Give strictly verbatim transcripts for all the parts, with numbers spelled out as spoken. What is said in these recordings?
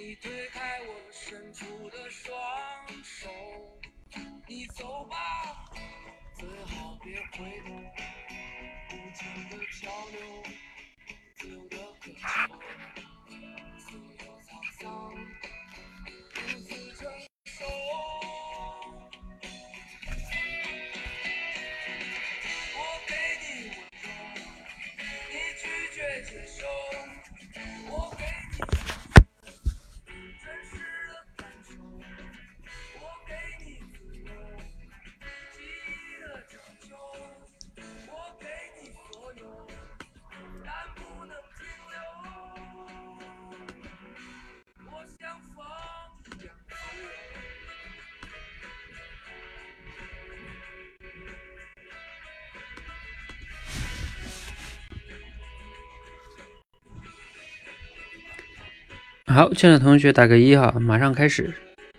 你推开我伸出的双手，你走吧，最好别回头，无尽的漂流，自由的渴求，自由沧桑，独自承受。我给你温柔，你拒绝接受，我给你真实的感受，我给你自由，记忆的拯救，我给你所有，但不能停留。我像风一样自由。好，亲爱的同学打个一哈，马上开始。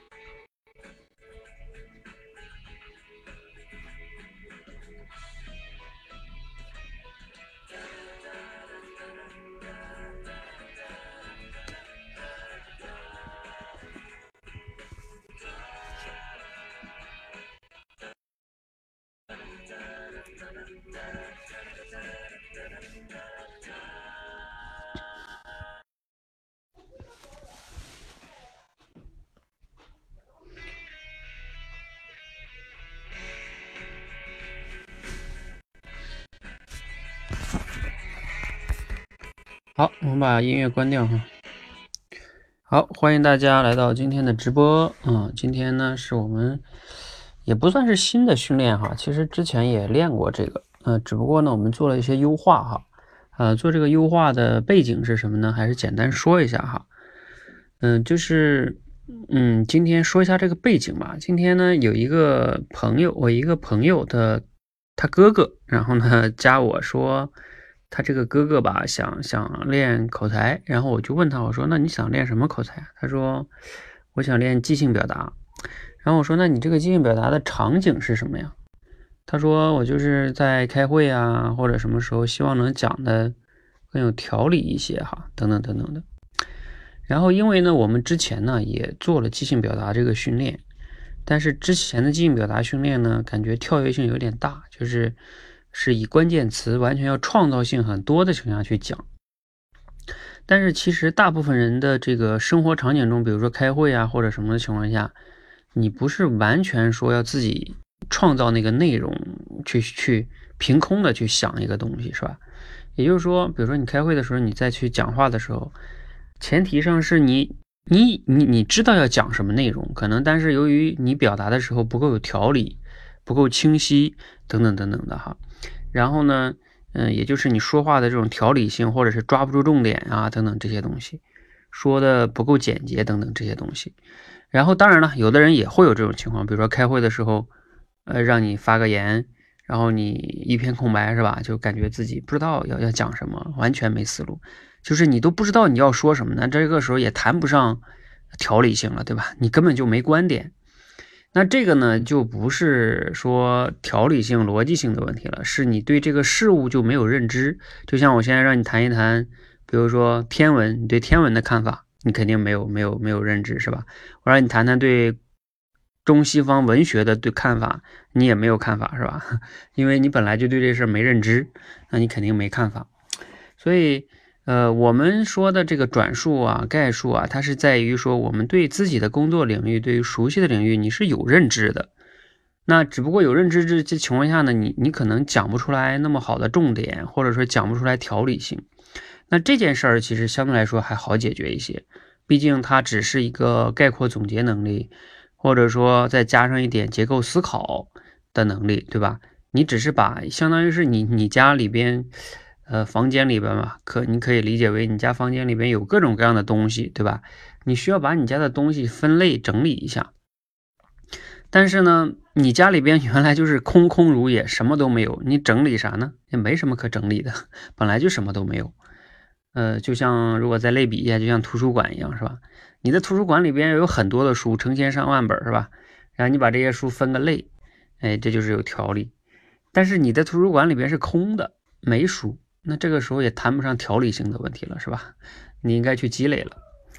好，我们把音乐关掉哈。好，欢迎大家来到今天的直播。嗯，今天呢是我们也不算是新的训练哈，其实之前也练过这个，呃，只不过呢我们做了一些优化哈。呃，做这个优化的背景是什么呢？还是简单说一下哈。嗯、呃，就是嗯，今天说一下这个背景吧。今天呢有一个朋友，我一个朋友的他哥哥，然后呢加我说。他这个哥哥吧，想想练口才，然后我就问他，我说那你想练什么口才？他说我想练即兴表达。然后我说那你这个即兴表达的场景是什么呀？他说我就是在开会啊，或者什么时候希望能讲的更有条理一些哈，等等等等的。然后因为呢我们之前呢也做了即兴表达这个训练，但是之前的即兴表达训练呢感觉跳跃性有点大，就是是以关键词完全要创造性很多的情况下去讲。但是其实大部分人的这个生活场景中，比如说开会啊或者什么的情况下，你不是完全说要自己创造那个内容去去凭空的去想一个东西，是吧？也就是说，比如说你开会的时候，你再去讲话的时候，前提上是你你你你知道要讲什么内容，可能但是由于你表达的时候不够有条理，不够清晰等等等等的哈。然后呢，嗯、呃，也就是你说话的这种条理性，或者是抓不住重点啊，等等这些东西，说的不够简洁等等这些东西。然后当然了，有的人也会有这种情况，比如说开会的时候，呃，让你发个言，然后你一片空白是吧？就感觉自己不知道要要讲什么，完全没思路，就是你都不知道你要说什么呢，这个时候也谈不上条理性了，对吧？你根本就没观点。那这个呢，就不是说条理性、逻辑性的问题了，是你对这个事物就没有认知。就像我现在让你谈一谈，比如说天文，你对天文的看法，你肯定没有没有没有认知，是吧？我让你谈谈对中西方文学的对看法，你也没有看法，是吧？因为你本来就对这事没认知，那你肯定没看法。所以呃，我们说的这个转述啊、概述啊，它是在于说我们对自己的工作领域、对于熟悉的领域，你是有认知的。那只不过有认知这这情况下呢，你你可能讲不出来那么好的重点，或者说讲不出来条理性。那这件事儿其实相对来说还好解决一些，毕竟它只是一个概括总结能力，或者说再加上一点结构思考的能力，对吧？你只是把相当于是你你家里边。呃，房间里边嘛，可你可以理解为你家房间里边有各种各样的东西，对吧？你需要把你家的东西分类整理一下。但是呢，你家里边原来就是空空如也，什么都没有，你整理啥呢？也没什么可整理的，本来就什么都没有。呃，就像如果再类比一下，就像图书馆一样，是吧？你的图书馆里边有很多的书，成千上万本，是吧？然后你把这些书分个类，哎，这就是有条理。但是你的图书馆里边是空的，没书。那这个时候也谈不上条理性的问题了，是吧？你应该去积累了。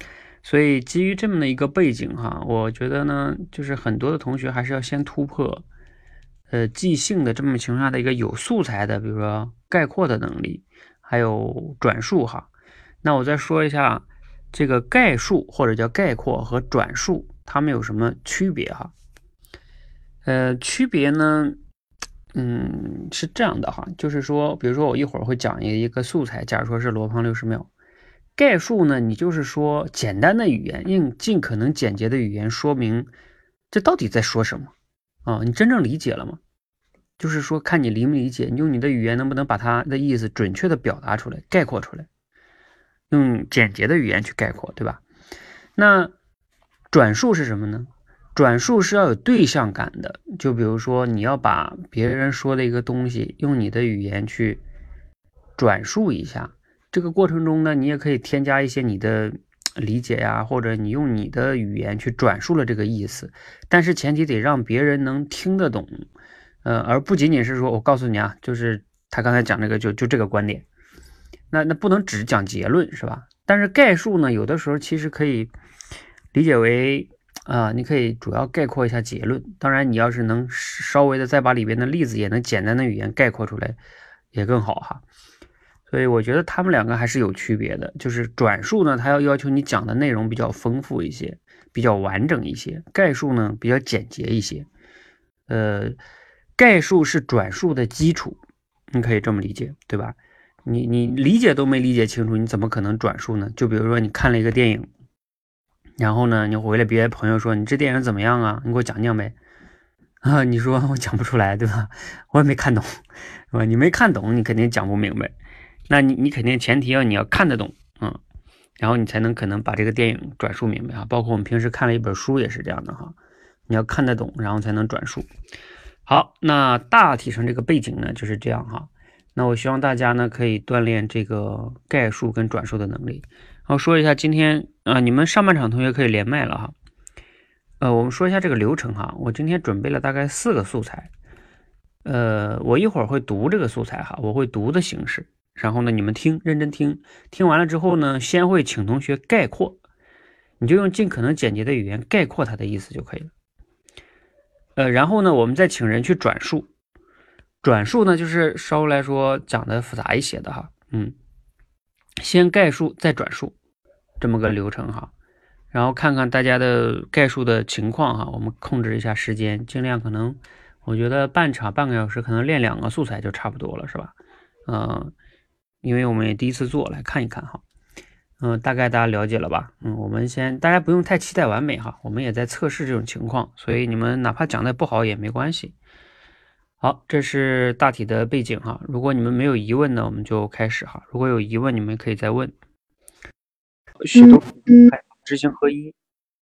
所以基于这么的一个背景哈，我觉得呢，就是很多的同学还是要先突破，呃，即兴的这么情况下的一个有素材的，比如说概括的能力，还有转述哈。那我再说一下这个概述或者叫概括和转述，它们有什么区别哈？呃，区别呢，嗯，是这样的哈，就是说，比如说我一会儿会讲一一个素材，假如说是罗胖六十秒。概述呢，你就是说简单的语言，用尽可能简洁的语言说明这到底在说什么啊？你真正理解了吗？就是说看你理不理解，你用你的语言能不能把它的意思准确的表达出来，概括出来，用简洁的语言去概括，对吧？那转述是什么呢？转述是要有对象感的，就比如说你要把别人说的一个东西，用你的语言去转述一下。这个过程中呢，你也可以添加一些你的理解呀，或者你用你的语言去转述了这个意思，但是前提得让别人能听得懂，呃，而不仅仅是说我告诉你啊，就是他刚才讲这个就就这个观点，那那不能只讲结论是吧？但是概述呢，有的时候其实可以理解为啊、呃，你可以主要概括一下结论，当然你要是能稍微的再把里边的例子也能简单的语言概括出来，也更好哈。所以我觉得他们两个还是有区别的，就是转述呢，它要要求你讲的内容比较丰富一些，比较完整一些；概述呢比较简洁一些。呃，概述是转述的基础，你可以这么理解，对吧？你你理解都没理解清楚，你怎么可能转述呢？就比如说你看了一个电影，然后呢，你回来别的朋友说你这电影怎么样啊？你给我讲讲呗。啊，你说我讲不出来，对吧？我也没看懂，是吧？你没看懂，你肯定讲不明白。那你你肯定前提要你要看得懂，嗯，然后你才能可能把这个电影转述明白啊。包括我们平时看了一本书也是这样的哈，你要看得懂，然后才能转述。好，那大体上这个背景呢就是这样哈。那我希望大家呢可以锻炼这个概述跟转述的能力。然后说一下今天啊、呃，你们上半场同学可以连麦了哈。呃，我们说一下这个流程哈。我今天准备了大概四个素材，呃，我一会儿会读这个素材哈，我会读的形式。然后呢，你们听，认真听，听完了之后呢，先会请同学概括，你就用尽可能简洁的语言概括它的意思就可以了。呃，然后呢，我们再请人去转述，转述呢就是稍微来说讲的复杂一些的哈，嗯，先概述再转述，这么个流程哈。然后看看大家的概述的情况哈，我们控制一下时间，尽量可能，我觉得半场半个小时可能练两个素材就差不多了，是吧？嗯、呃。因为我们也第一次做，来看一看哈，嗯、呃，大概大家了解了吧？嗯，我们先，大家不用太期待完美哈，我们也在测试这种情况，所以你们哪怕讲的不好也没关系。好，这是大体的背景哈，如果你们没有疑问呢，我们就开始哈，如果有疑问你们可以再问。许多执行合一，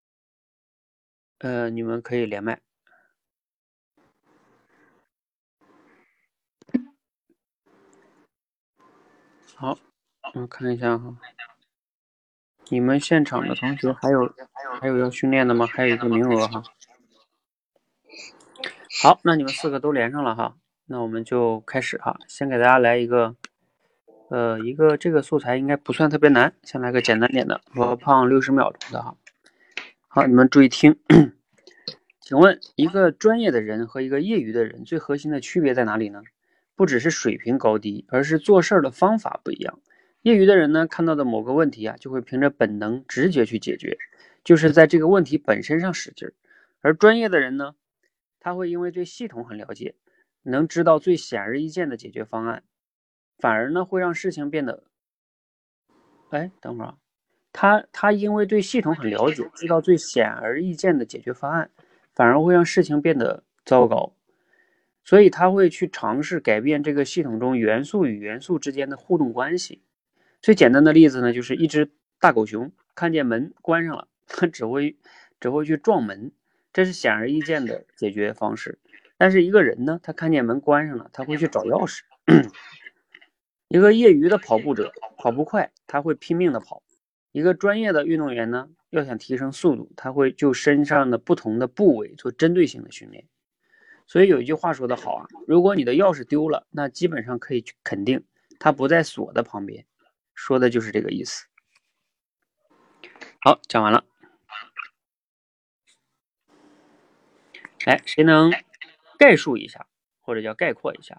呃，你们可以连麦。好，我看一下哈，你们现场的同学还有还有要训练的吗？还有一个名额哈。好，那你们四个都连上了哈，那我们就开始哈。先给大家来一个，呃，一个这个素材应该不算特别难，先来个简单点的，罗胖六十秒钟的哈。好，你们注意听。请问一个专业的人和一个业余的人最核心的区别在哪里呢？不只是水平高低，而是做事的方法不一样。业余的人呢，看到的某个问题啊，就会凭着本能直觉去解决，就是在这个问题本身上使劲儿。而专业的人呢，他会因为对系统很了解，能知道最显而易见的解决方案，反而呢会让事情变得，哎，等会儿啊，他他因为对系统很了解，知道最显而易见的解决方案，反而会让事情变得糟糕，所以他会去尝试改变这个系统中元素与元素之间的互动关系。最简单的例子呢，就是一只大狗熊看见门关上了，它只会只会去撞门，这是显而易见的解决方式。但是一个人呢，他看见门关上了，他会去找钥匙。一个业余的跑步者跑不快，他会拼命的跑。一个专业的运动员呢，要想提升速度，他会就身上的不同的部位做针对性的训练。所以有一句话说得好啊，如果你的钥匙丢了，那基本上可以肯定它不在锁的旁边，说的就是这个意思。 好，讲完了。哎，谁能概述一下，或者叫概括一下？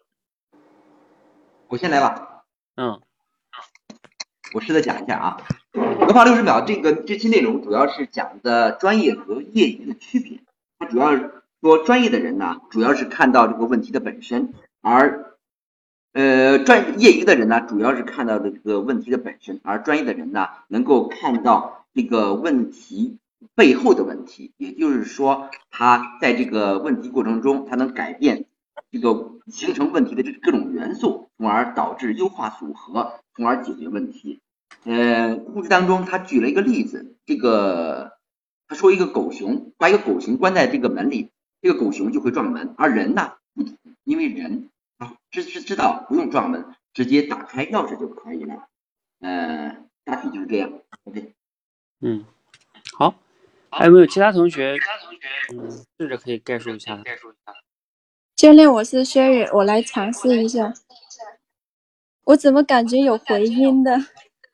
我先来吧。 嗯， 我试着讲一下啊。文化六十秒这个这期内容主要是讲的专业和业余的区别。它主要说专业的人呢，主要是看到这个问题的本身，而呃专业余的人呢，主要是看到这个问题的本身，而专业的人呢，能够看到这个问题背后的问题，也就是说，他在这个问题过程中，他能改变这个形成问题的这各种元素，从而导致优化组合，从而解决问题。呃，故事当中他举了一个例子，这个他说一个狗熊把一个狗熊关在这个门里，这个狗熊就会撞门，而人呢不同，因为人啊知知知道不用撞门，直接打开钥匙就可以了。呃，大体就是这样。OK， 嗯，好，还有没有其他同学？嗯，试着可以概述一下。 教练，我是薛宇，我来尝试一下。我怎么感觉有回音的？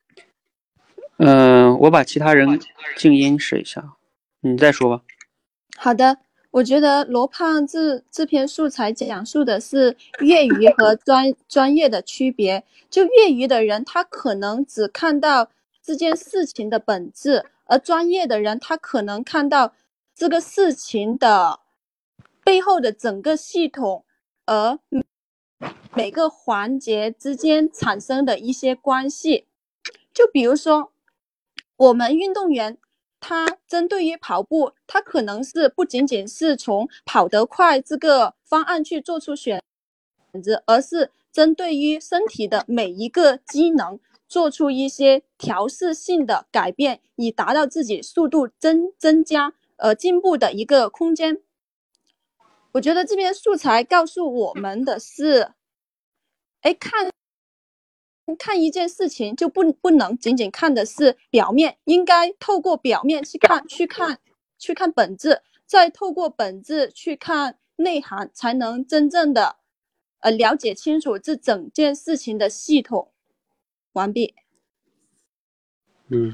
嗯、呃，我把其他人静音试一下，你再说吧。 好的，我觉得罗胖这这篇素材讲述的是业余和专专业的区别。就业余的人，他可能只看到这件事情的本质，而专业的人，他可能看到这个事情的背后的整个系统，而每个环节之间产生的一些关系。就比如说，我们运动员他针对于跑步，他可能是不仅仅是从跑得快这个方案去做出选择，而是针对于身体的每一个机能做出一些调试性的改变，以达到自己速度增增加呃进步的一个空间。我觉得这篇素材告诉我们的是，哎，看看一件事情就不不能仅仅看的是表面，应该透过表面去看去看去看本质，再透过本质去看内涵，才能真正的呃了解清楚这整件事情的系统。完毕。 嗯，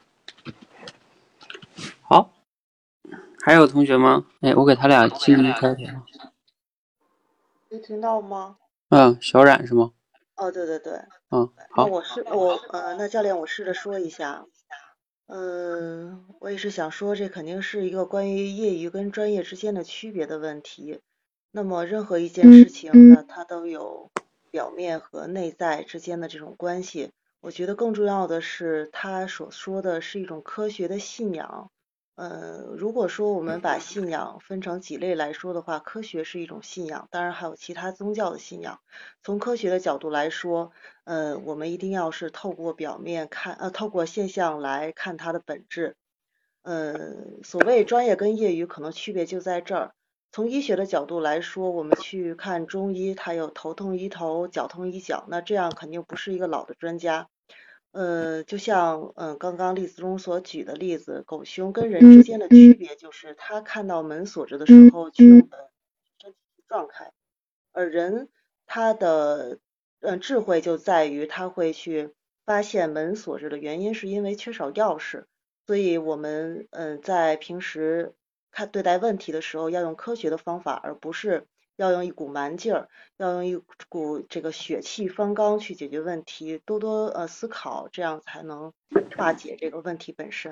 好，还有同学吗？哎，我给他俩静音开启了。 能听到吗？ 嗯，小冉是吗？ 哦，对对对。 嗯， 那好。 我是我呃，那教练我试着说一下。嗯，我也是想说，这肯定是一个关于业余跟专业之间的区别的问题。那么任何一件事情呢，它都有表面和内在之间的这种关系。我觉得更重要的是，他所说的是一种科学的信仰。呃，如果说我们把信仰分成几类来说的话，科学是一种信仰，当然还有其他宗教的信仰。从科学的角度来说，呃，我们一定要是透过表面看，呃，透过现象来看它的本质。呃，所谓专业跟业余可能区别就在这儿。从医学的角度来说，我们去看中医，它有头痛医头，脚痛医脚，那这样肯定不是一个老的专家。呃，就像嗯、呃、刚刚例子中所举的例子，狗熊跟人之间的区别就是他看到门锁着的时候，去用本身体去撞开，而人他的嗯、呃、智慧就在于他会去发现门锁着的原因是因为缺少钥匙，所以我们嗯、呃、在平时看对待问题的时候要用科学的方法，而不是要用一股蛮劲儿，要用一股这个血气方刚去解决问题，多多呃思考，这样才能化解这个问题本身。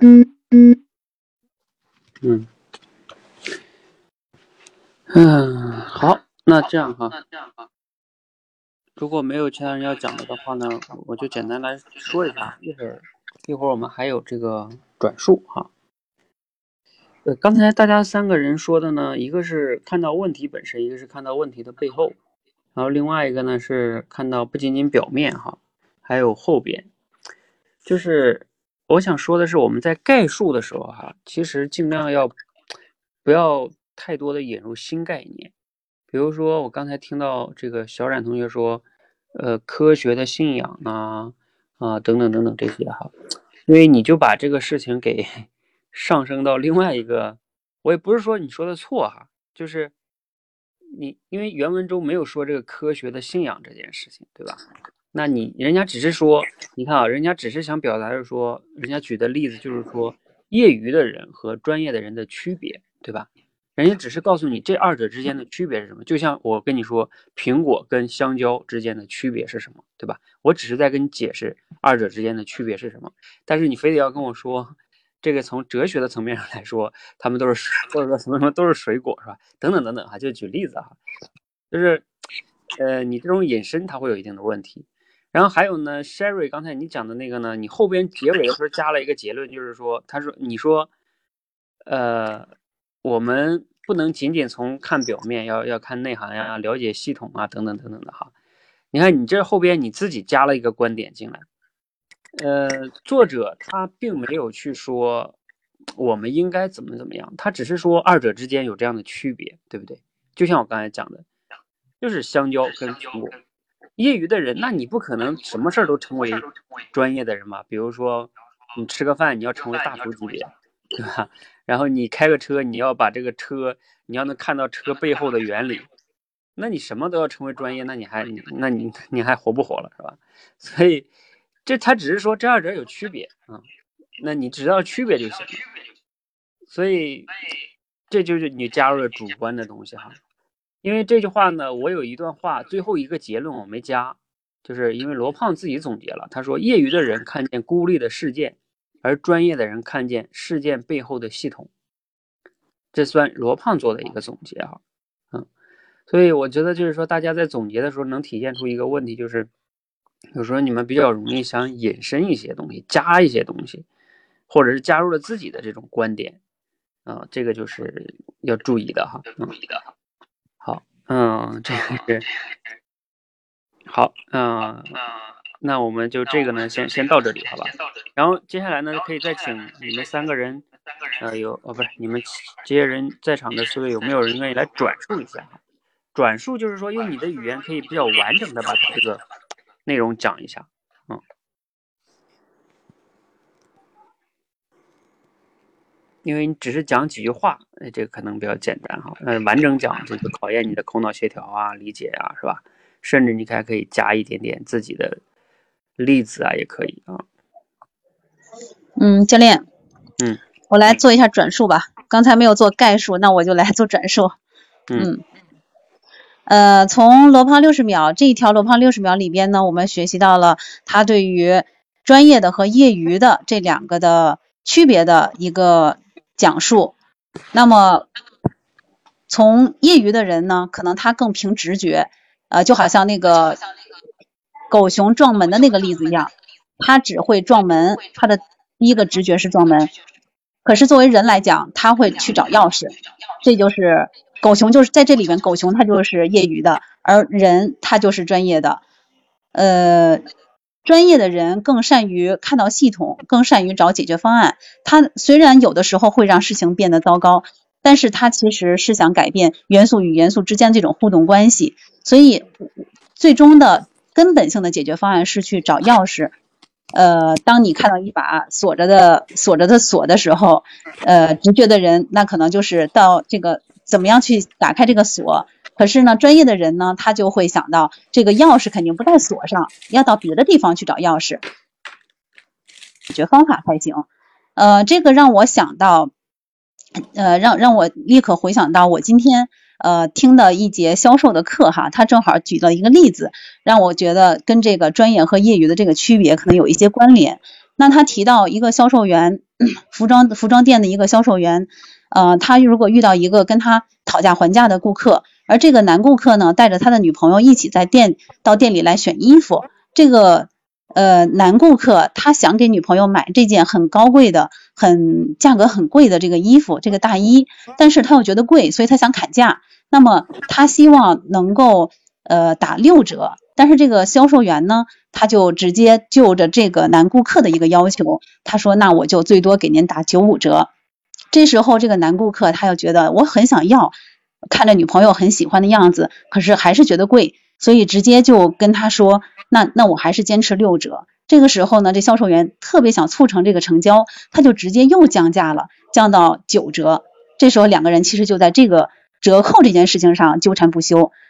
嗯嗯，好，那这样哈，如果没有其他人要讲的的话呢，我就简单来说一下，一会儿一会儿我们还有这个转述哈。呃，刚才大家三个人说的呢，一个是看到问题本身，一个是看到问题的背后，然后另外一个呢是看到不仅仅表面哈，还有后边。就是我想说的是，我们在概述的时候哈，其实尽量要不要太多的引入新概念。比如说，我刚才听到这个小冉同学说，呃，科学的信仰啊啊等等等等这些哈，因为你就把这个事情给上升到另外一个，我也不是说你说的错哈，就是你因为原文中没有说这个科学的信仰这件事情，对吧？ 那你人家只是说，你看啊，人家只是想表达的是说，人家举的例子就是说，业余的人和专业的人的区别，对吧？人家只是告诉你这二者之间的区别是什么，就像我跟你说苹果跟香蕉之间的区别是什么，对吧？我只是在跟你解释二者之间的区别是什么，但是你非得要跟我说这个从哲学的层面上来说，他们都是或者说什么什么都是水果，是吧？等等等等哈，就举例子哈，就是呃你这种引申它会有一定的问题。然后还有呢 Sherry 刚才你讲的那个呢，你后边结尾的时候加了一个结论，就是说他说你说呃我们不能仅仅从看表面，要要看内涵呀，了解系统啊，等等等等的哈。你看你这后边你自己加了一个观点进来，呃，作者他并没有去说我们应该怎么怎么样，他只是说二者之间有这样的区别，对不对？就像我刚才讲的，就是香蕉跟苹果。业余的人，那你不可能什么事儿都成为专业的人嘛？比如说你吃个饭，你要成为大厨级别，对吧？然后你开个车，你要把这个车，你要能看到车背后的原理，那你什么都要成为专业，那你还你那你你还活不活了，是吧？所以这他只是说这二者有区别啊，那你知道区别就行了。所以这就是你加入了主观的东西哈。因为这句话呢，我有一段话，最后一个结论我没加，就是因为罗胖自己总结了，他说业余的人看见孤立的事件，而专业的人看见事件背后的系统，这算罗胖做的一个总结哈。嗯，所以我觉得就是说大家在总结的时候能体现出一个问题，就是有时候你们比较容易想引申一些东西，加一些东西，或者是加入了自己的这种观点啊、呃，这个就是要注意的哈。嗯，好，嗯，这个是好，嗯，那我们就这个呢，先先到这里，好吧？然后接下来呢，可以再请你们三个人，呃，有哦，不是你们这些人在场的四位，有没有人愿意来转述一下？转述就是说用你的语言可以比较完整的把这个内容讲一下，嗯。因为你只是讲几句话，哎，这个可能比较简单哈。呃，完整讲这个考验你的口脑协调啊、理解啊，是吧？甚至你还可以加一点点自己的例子啊，也可以啊。 嗯，教练， 嗯， 我来做一下转述吧。刚才没有做概述，那我就来做转述。嗯，呃，从罗胖六十秒这一条罗胖六十秒里边呢，我们学习到了他对于专业的和业余的这两个的区别的一个讲述。那么从业余的人呢，可能他更凭直觉，呃，就好像那个狗熊撞门的那个例子一样，他只会撞门，他的第一个直觉是撞门。可是作为人来讲，他会去找钥匙，这就是狗熊，就是在这里面，狗熊它就是业余的，而人他就是专业的。呃，专业的人更善于看到系统，更善于找解决方案。他虽然有的时候会让事情变得糟糕，但是他其实是想改变元素与元素之间这种互动关系。所以最终的根本性的解决方案是去找钥匙。呃，当你看到一把锁着的锁着的锁的时候，呃，直觉的人那可能就是到这个怎么样去打开这个锁。可是呢，专业的人呢，他就会想到这个钥匙肯定不在锁上，要到别的地方去找钥匙，解决方法才行。呃，这个让我想到，呃，让让我立刻回想到我今天呃听的一节销售的课哈，他正好举了一个例子，让我觉得跟这个专业和业余的这个区别可能有一些关联。那他提到一个销售员，服装服装店的一个销售员，呃，他如果遇到一个跟他讨价还价的顾客，而这个男顾客呢带着他的女朋友一起在店到店里来选衣服，这个呃男顾客他想给女朋友买这件很高贵的、很价格很贵的这个衣服，这个大衣，但是他又觉得贵，所以他想砍价。那么他希望能够呃打六折，但是这个销售员呢，他就直接就着这个男顾客的一个要求，他说那我就最多给您打九五折。这时候这个男顾客他又觉得我很想要，看着女朋友很喜欢的样子，可是还是觉得贵，所以直接就跟他说那那我还是坚持六折。这个时候呢，这销售员特别想促成这个成交，他就直接又降价了，降到九折。这时候两个人其实就在这个折扣这件事情上纠缠不休。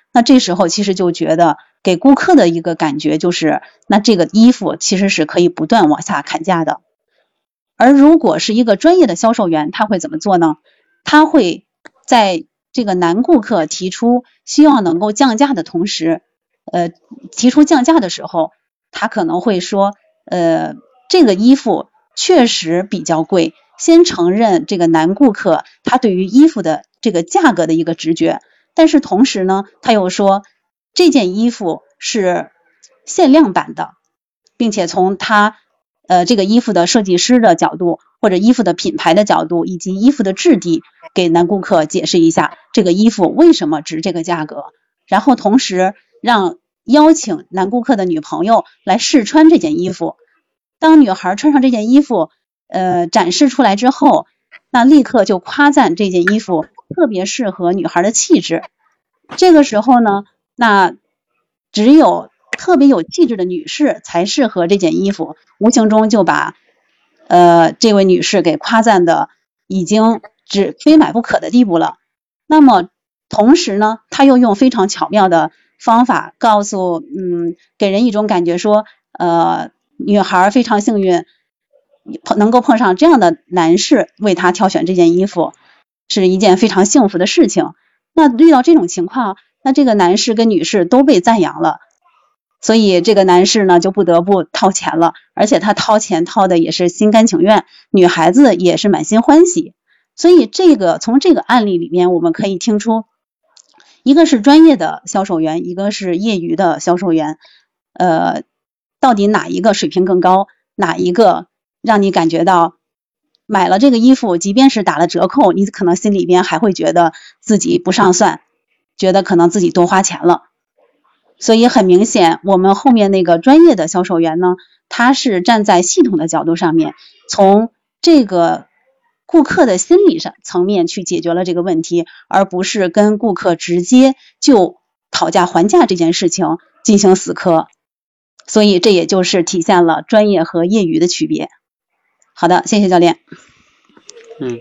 那这时候其实就觉得给顾客的一个感觉就是，那这个衣服其实是可以不断往下砍价的。而如果是一个专业的销售员，他会怎么做呢？他会在这个男顾客提出希望能够降价的同时，呃，提出降价的时候，他可能会说，呃，这个衣服确实比较贵，先承认这个男顾客他对于衣服的这个价格的一个直觉，但是同时呢，他又说这件衣服是限量版的，并且从他呃这个衣服的设计师的角度，或者衣服的品牌的角度，以及衣服的质地，给男顾客解释一下这个衣服为什么值这个价格，然后同时让邀请男顾客的女朋友来试穿这件衣服。当女孩穿上这件衣服呃展示出来之后，那立刻就夸赞这件衣服特别适合女孩的气质。这个时候呢，那只有特别有气质的女士才适合这件衣服，无形中就把呃这位女士给夸赞的已经只非买不可的地步了。那么同时呢，他又用非常巧妙的方法告诉嗯给人一种感觉说呃女孩非常幸运能够碰上这样的男士为她挑选这件衣服，是一件非常幸福的事情。那遇到这种情况，那这个男士跟女士都被赞扬了，所以这个男士呢就不得不掏钱了，而且他掏钱掏的也是心甘情愿，女孩子也是满心欢喜。所以这个从这个案例里面我们可以听出，一个是专业的销售员，一个是业余的销售员，呃，到底哪一个水平更高，哪一个让你感觉到买了这个衣服，即便是打了折扣，你可能心里边还会觉得自己不上算，觉得可能自己多花钱了。所以很明显，我们后面那个专业的销售员呢，他是站在系统的角度上面，从这个顾客的心理上层面去解决了这个问题，而不是跟顾客直接就讨价还价这件事情进行死磕。所以这也就是体现了专业和业余的区别。好的，谢谢教练。 嗯，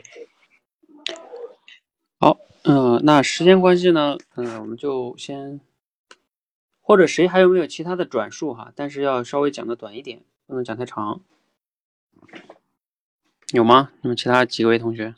好，嗯、呃，那时间关系呢，嗯、呃，我们就先，或者谁还有没有其他的转述哈？但是要稍微讲的短一点，不能讲太长。有吗？你们其他几位同学？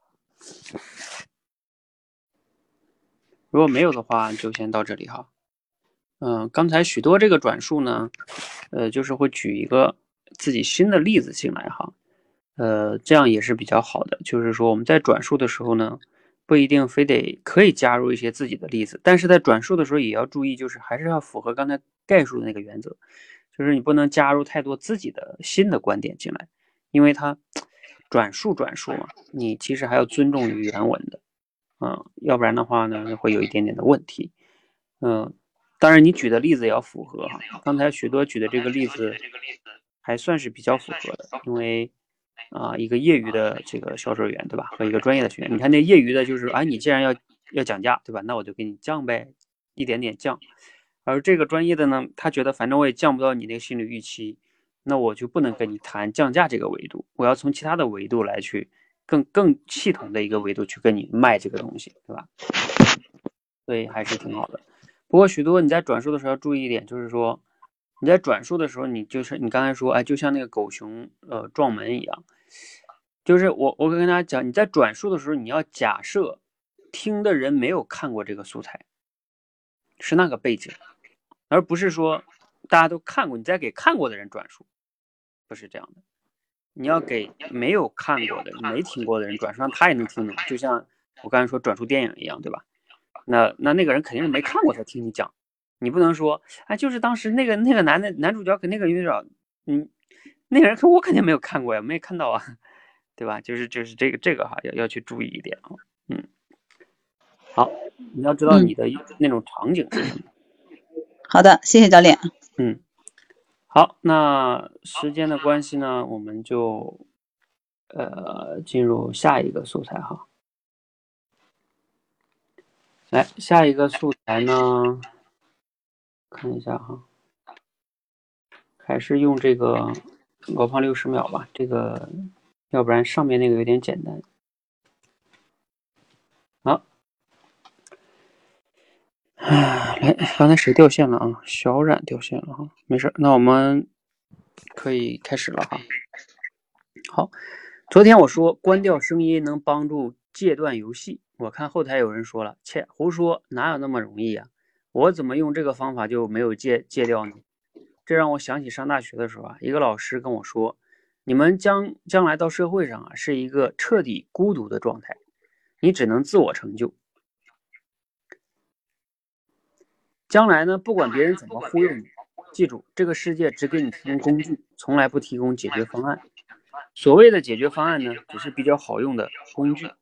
如果没有的话，就先到这里哈。嗯、呃，刚才许多这个转述呢，呃，就是会举一个自己新的例子进来哈。呃，这样也是比较好的，就是说我们在转述的时候呢，不一定非得可以加入一些自己的例子，但是在转述的时候也要注意，就是还是要符合刚才概述的那个原则，就是你不能加入太多自己的新的观点进来，因为它转述转述嘛，你其实还要尊重于原文的，嗯，要不然的话呢，会有一点点的问题，嗯，当然你举的例子也要符合哈，刚才许多举的这个例子还算是比较符合的，因为。啊，一个业余的这个销售员，对吧？和一个专业的学员，你看那业余的，就是啊，你既然要要讲价，对吧？那我就给你降呗，一点点降。而这个专业的呢，他觉得反正我也降不到你那个心理预期，那我就不能跟你谈降价这个维度，我要从其他的维度来去更更系统的一个维度去跟你卖这个东西，对吧？所以还是挺好的。不过许多你在转述的时候要注意一点，就是说你在转述的时候，你就是你刚才说，哎，就像那个狗熊呃撞门一样。就是我，我跟大家讲，你在转述的时候，你要假设听的人没有看过这个素材，是那个背景，而不是说大家都看过，你再给看过的人转述，不是这样的。你要给没有看过的、没听过的人转述，让他也能听懂。就像我刚才说转述电影一样，对吧？那那那个人肯定是没看过才听你讲，你不能说，哎，就是当时那个那个男的男主角跟那个女主角，嗯，那个人我肯定没有看过呀，没看到啊。对吧？就是就是这个这个哈，要要去注意一点啊。嗯，好，你要知道你的那种场景是什么。 嗯、好的，谢谢教练。 嗯，好，那时间的关系呢，我们就呃进入下一个素材哈。来，下一个素材呢，看一下哈，还是用这个罗胖六十秒吧，这个要不然上面那个有点简单。好， 啊，来，刚才谁掉线了啊？小冉掉线了哈，没事，那我们可以开始了哈。好，昨天我说关掉声音能帮助戒断游戏，我看后台有人说了，切，胡说，哪有那么容易呀、啊？我怎么用这个方法就没有戒戒掉呢？这让我想起上大学的时候啊，一个老师跟我说，你们将将来到社会上啊，是一个彻底孤独的状态，你只能自我成就。将来呢，不管别人怎么忽悠你，记住，这个世界只给你提供工具，从来不提供解决方案。所谓的解决方案呢，只是比较好用的工具。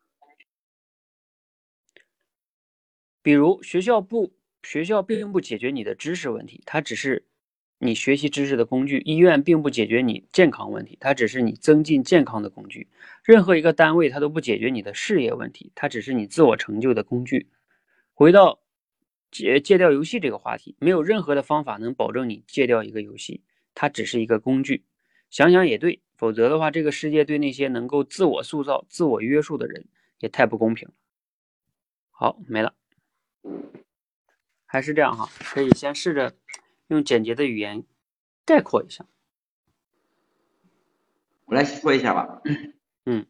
比如学校不，学校并不解决你的知识问题，它只是你学习知识的工具。医院并不解决你健康问题，它只是你增进健康的工具。任何一个单位它都不解决你的事业问题，它只是你自我成就的工具。回到戒戒掉游戏这个话题，没有任何的方法能保证你戒掉一个游戏，它只是一个工具。想想也对，否则的话，这个世界对那些能够自我塑造、自我约束的人也太不公平了。好，没了。还是这样哈，可以先试着用简洁的语言概括一下。 我来说一下吧。 嗯。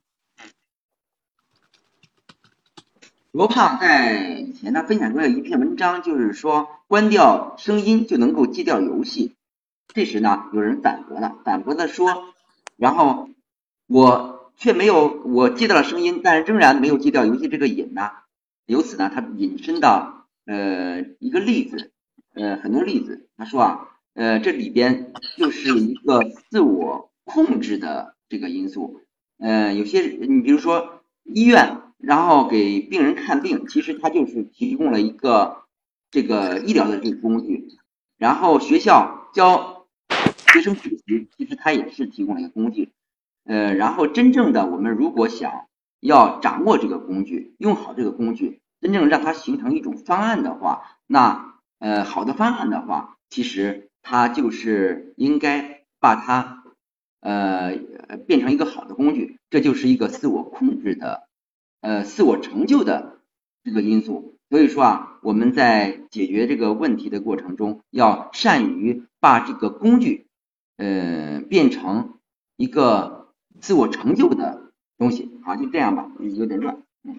罗胖在以前呢分享过一篇文章，就是说关掉声音就能够戒掉游戏。这时呢，有人反驳了，反驳的说，然后我却没有，我戒掉了声音，但是仍然没有戒掉游戏这个瘾呢。由此呢，他引申到呃一个例子，呃很多例子。他说啊，呃这里边就是一个自我控制的这个因素。呃有些你比如说医院。然后给病人看病，其实它就是提供了一个这个医疗的这个工具。然后学校教学生学习，其实它也是提供了一个工具。呃，然后真正的我们如果想要掌握这个工具，用好这个工具，真正让它形成一种方案的话，那呃好的方案的话，其实它就是应该把它呃变成一个好的工具，这就是一个自我控制的。呃，自我成就的这个因素。所以说啊，我们在解决这个问题的过程中，要善于把这个工具，呃，变成一个自我成就的东西。好，就这样吧，有点乱。 嗯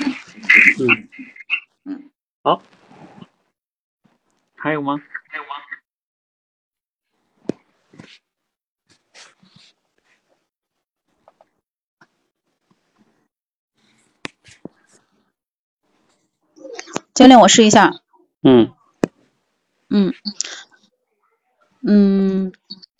嗯， 好，还有吗？ 还有吗？ 教练，我试一下。 嗯嗯嗯，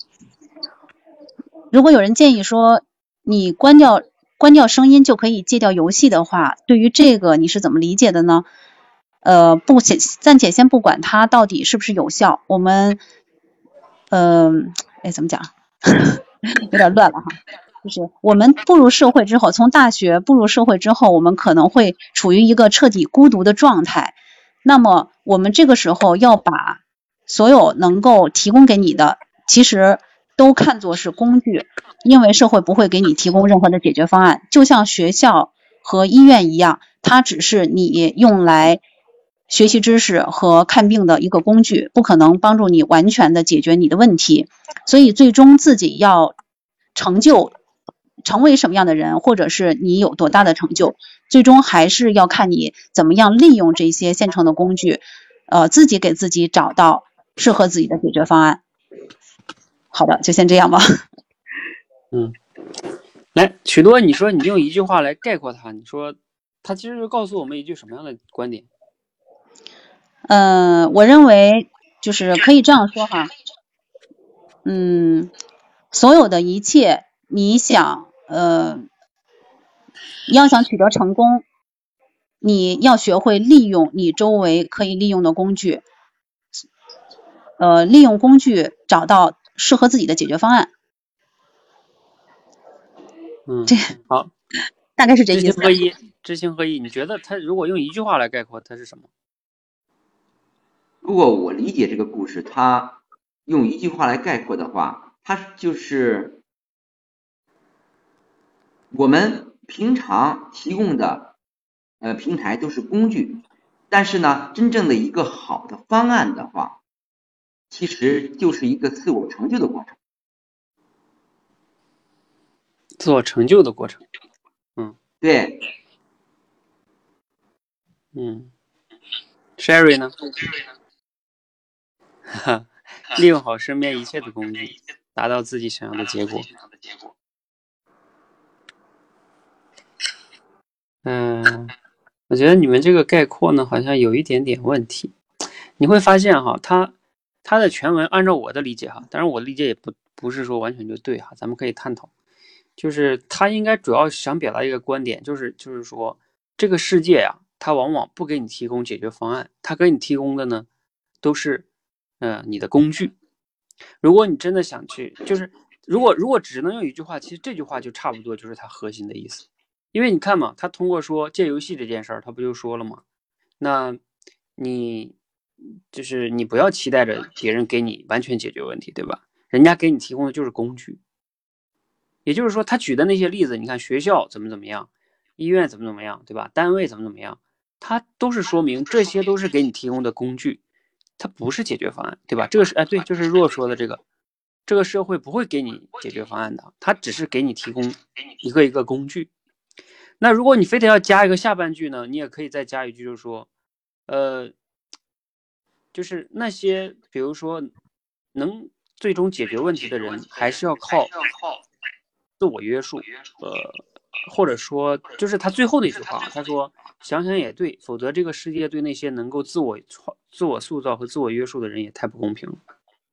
如果有人建议说你关掉关掉声音就可以戒掉游戏的话，对于这个你是怎么理解的呢？呃，不先暂且先不管它到底是不是有效，我们呃，哎怎么讲，有点乱了哈。就是我们步入社会之后，从大学步入社会之后，我们可能会处于一个彻底孤独的状态。那么我们这个时候要把所有能够提供给你的，其实都看作是工具，因为社会不会给你提供任何的解决方案。就像学校和医院一样，它只是你用来学习知识和看病的一个工具，不可能帮助你完全的解决你的问题。所以最终自己要成就成为什么样的人，或者是你有多大的成就，最终还是要看你怎么样利用这些现成的工具，呃，自己给自己找到适合自己的解决方案。好的，就先这样吧。 嗯，来，许多，你说你用一句话来概括它，你说它其实就告诉我们一句什么样的观点？ 嗯、呃，我认为就是可以这样说哈，嗯，所有的一切，你想呃，你要想取得成功，你要学会利用你周围可以利用的工具，呃，利用工具找到适合自己的解决方案。 嗯， 这好， 大概是这意思。 知行合一，知行合一，你觉得它如果用一句话来概括，它是什么？ 如果我理解这个故事，它用一句话来概括的话，它就是我们平常提供的呃平台都是工具， 但是呢，真正的一个好的方案的话，其实就是一个自我成就的过程。 自我成就的过程。嗯， 对。 嗯 ，Sherry 呢？哈，利用好身边一切的工具，达到自己想要的结果。嗯，我觉得你们这个概括呢，好像有一点点问题。你会发现哈，它它的全文按照我的理解哈，当然我的理解也不不是说完全就对哈，咱们可以探讨。就是他应该主要想表达一个观点，就是就是说这个世界呀、啊，它往往不给你提供解决方案，它给你提供的呢都是呃你的工具。如果你真的想去，就是如果如果只能用一句话，其实这句话就差不多就是它核心的意思。因为你看嘛，他通过说借游戏这件事儿，他不就说了吗？那你就是你不要期待着别人给你完全解决问题，对吧？人家给你提供的就是工具。也就是说，他举的那些例子，你看学校怎么怎么样，医院怎么怎么样，对吧？单位怎么怎么样，它都是说明这些都是给你提供的工具，它不是解决方案，对吧？这个是哎，对，就是若说的这个，这个社会不会给你解决方案的，它只是给你提供一个一个工具。那如果你非得要加一个下半句呢，你也可以再加一句，就是说，呃，就是那些比如说能最终解决问题的人，还是要靠自我约束，呃，或者说就是他最后的一句话，他说想想也对，否则这个世界对那些能够自我创、自我塑造和自我约束的人也太不公平了。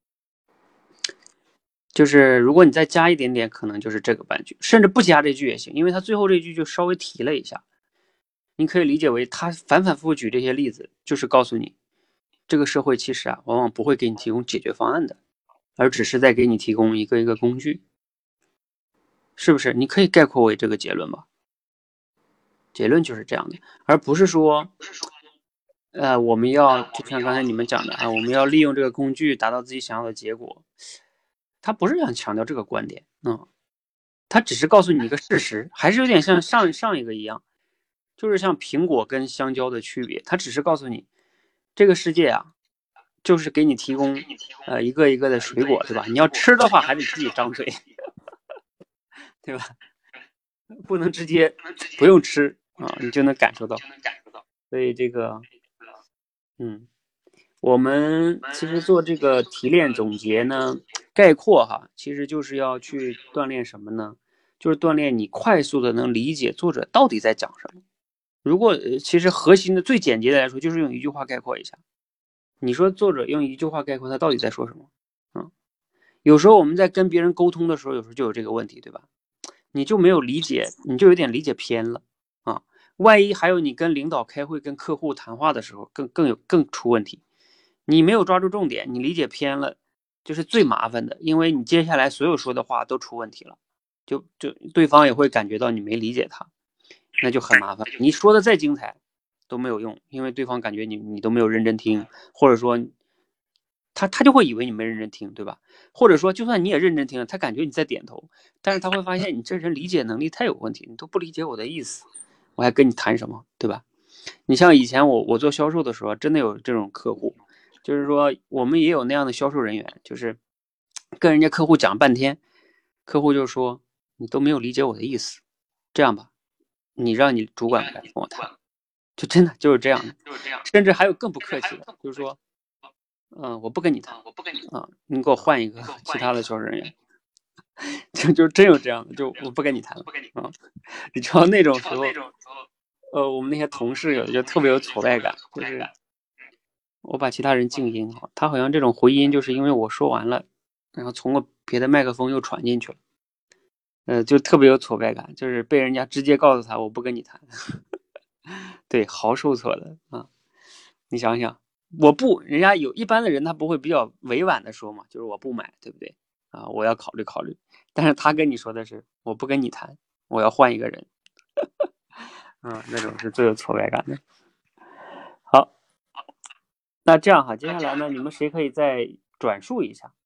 就是如果你再加一点点，可能就是这个半句，甚至不加这句也行，因为他最后这句就稍微提了一下，你可以理解为他反反复复举这些例子，就是告诉你，这个社会其实啊，往往不会给你提供解决方案的，而只是在给你提供一个一个工具，是不是？你可以概括为这个结论吧。结论就是这样的，而不是说，呃，我们要就像刚才你们讲的啊，我们要利用这个工具达到自己想要的结果。他不是想强调这个观点，嗯，他只是告诉你一个事实，还是有点像上上一个一样，就是像苹果跟香蕉的区别，他只是告诉你，这个世界啊，就是给你提供呃一个一个的水果，对吧？你要吃的话，还得自己张嘴，对吧？不能直接不用吃啊，你就能感受到。所以这个，嗯。我们其实做这个提炼总结呢，概括哈，其实就是要去锻炼什么呢？就是锻炼你快速的能理解作者到底在讲什么。如果其实核心的最简洁的来说，就是用一句话概括一下。你说作者用一句话概括他到底在说什么？嗯，有时候我们在跟别人沟通的时候，有时候就有这个问题，对吧？你就没有理解，你就有点理解偏了啊。万一还有你跟领导开会、跟客户谈话的时候，更更有更出问题。你没有抓住重点，你理解偏了，就是最麻烦的，因为你接下来所有说的话都出问题了，就就对方也会感觉到你没理解他，那就很麻烦。你说的再精彩都没有用，因为对方感觉你你都没有认真听，或者说他他就会以为你没认真听，对吧？或者说就算你也认真听了，他感觉你在点头，但是他会发现你这人理解能力太有问题，你都不理解我的意思，我还跟你谈什么，对吧？你像以前我我做销售的时候，真的有这种客户。就是说我们也有那样的销售人员，就是跟人家客户讲半天，客户就说你都没有理解我的意思，这样吧，你让你主管来跟我谈，就真的就是这样的，甚至还有更不客气的，就是说嗯，我不跟你谈，我不跟你啊，你给我换一个其他的销售人员，就就真有这样的，就我不跟你谈了啊，你知道那种时候，呃，我们那些同事有的就特别有挫败感，就是我把其他人静音好，他好像这种回音就是因为我说完了，然后从我别的麦克风又传进去了，呃，就特别有挫败感，就是被人家直接告诉他我不跟你谈，对，好受挫的啊！你想想，我不，人家有一般的人他不会比较委婉的说嘛，就是我不买，对不对啊？我要考虑考虑，但是他跟你说的是我不跟你谈，我要换一个人，嗯，那种是最有挫败感的。好。那这样哈，接下来呢，你们谁可以再转述一下？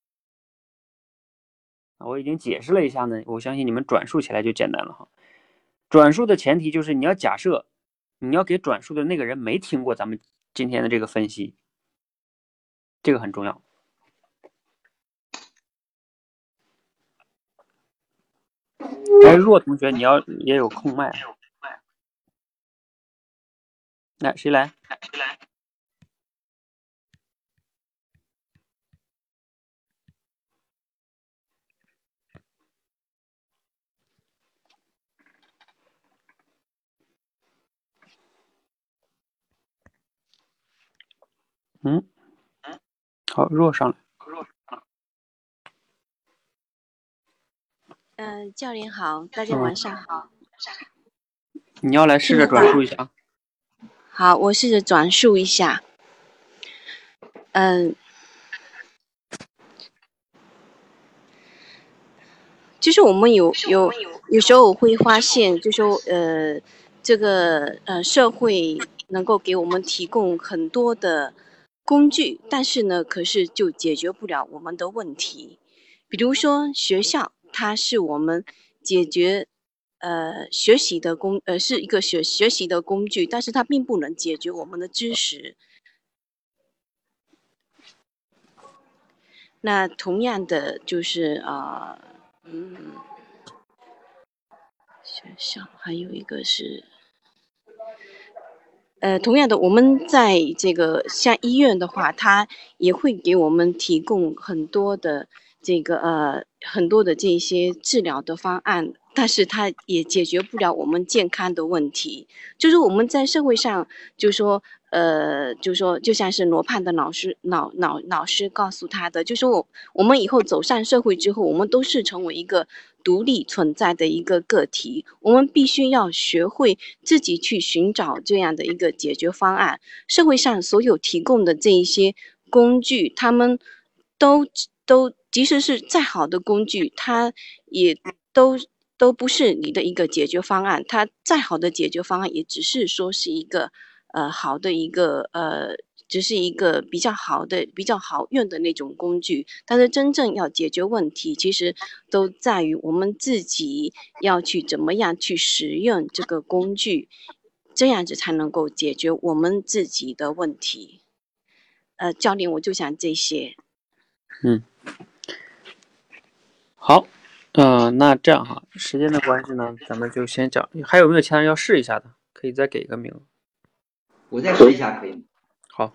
我已经解释了一下呢，我相信你们转述起来就简单了哈。转述的前提就是你要假设，你要给转述的那个人没听过咱们今天的这个分析，这个很重要。哎，若同学，你要也有空麦，来，谁来？嗯，好，若上来。 嗯、呃，教练好，大家晚上好。 嗯、你要来试着转述一下。 好，我试着转述一下。嗯、呃，就是我们有有有时候我会发现，就说呃，这个呃社会能够给我们提供很多的工具，但是呢，可是就解决不了我们的问题。比如说学校，它是我们解决呃学习的工呃是一个学学习的工具，但是它并不能解决我们的知识。那同样的就是啊、呃，嗯，学校还有一个是。呃，同样的，我们在这个像医院的话，它也会给我们提供很多的这个呃很多的这些治疗的方案，但是它也解决不了我们健康的问题。就是我们在社会上，就说呃，就说就像是罗胖的老师老老老师告诉他的，就说我我们以后走上社会之后，我们都是成为一个独立存在的一个个体，我们必须要学会自己去寻找这样的一个解决方案。社会上所有提供的这一些工具，他们都都即使是再好的工具，它也都都不是你的一个解决方案。它再好的解决方案，也只是说是一个呃好的一个呃。只是一个比较好的、比较好用的那种工具，但是真正要解决问题，其实都在于我们自己要去怎么样去使用这个工具，这样子才能够解决我们自己的问题。呃，教练，我就想这些。 嗯，好，嗯、呃，那这样哈，时间的关系呢，咱们就先讲。还有没有其他人要试一下的？可以再给个名额。 我再试一下可以吗？ 好。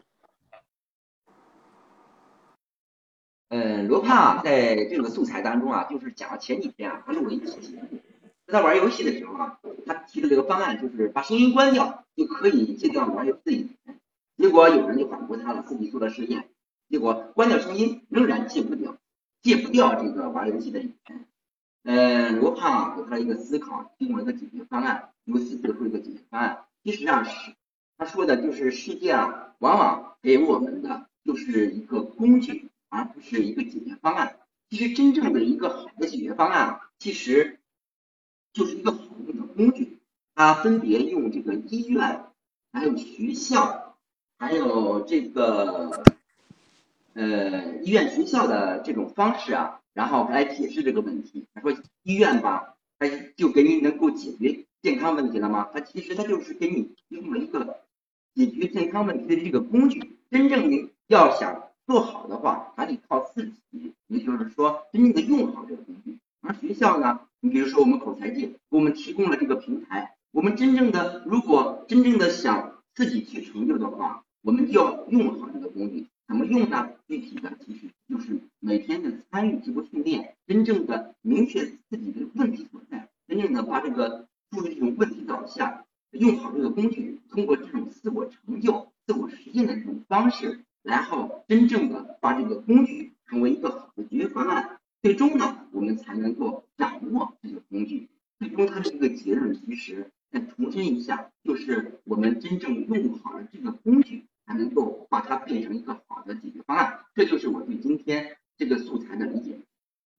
嗯，罗胖啊，在这个素材当中啊，就是讲前几天啊，他录了一期节目。在玩游戏的时候啊，他提的这个方案就是把声音关掉，就可以戒掉玩游戏的瘾。结果有人就反驳他了，自己做了实验，结果关掉声音仍然戒不掉，戒不掉这个玩游戏的瘾。嗯，罗胖啊给他一个思考，提供了一个解决方案，由此得出一个解决方案。其实上是他说的就是世界啊，往往给我们的就是一个工具，而不是一个解决方案。其实真正的一个好的解决方案，其实就是一个好用的工具。它分别用这个医院、还有学校、还有这个呃医院、学校的这种方式啊，然后来解释这个问题。他说医院吧，它就给你能够解决健康问题了吗？它其实它就是给你提供了一个解决健康问题的这个工具。真正你要想做好的话，还得靠自己，也就是说真正的用好这个工具。而学校呢，你比如说我们口才界，给我们提供了这个平台，我们真正的如果真正的想自己去成就的话，我们就要用好这个工具。怎么用呢？具体的其实就是每天的参与直播训练，真正的明确自己的问题所在，真正的把这个注意这种问题导向，用好这个工具，通过这种自我成就、自我实现的这种方式，然后真正的把这个工具成为一个好的解决方案。最终呢，我们才能够掌握这个工具。最终它的一个结论，其实再重申一下，就是我们真正用好了这个工具，才能够把它变成一个好的解决方案。这就是我对今天这个素材的理解。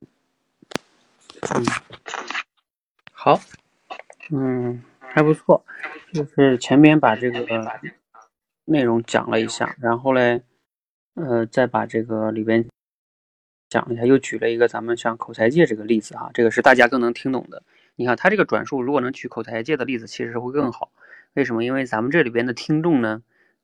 嗯，好，嗯，还不错，就是前面把这个内容讲了一下，然后嘞，呃，再把这个里边讲一下，又举了一个咱们像口才界这个例子啊，这个是大家更能听懂的。你看他这个转述，如果能举口才界的例子，其实会更好。为什么？因为咱们这里边的听众呢，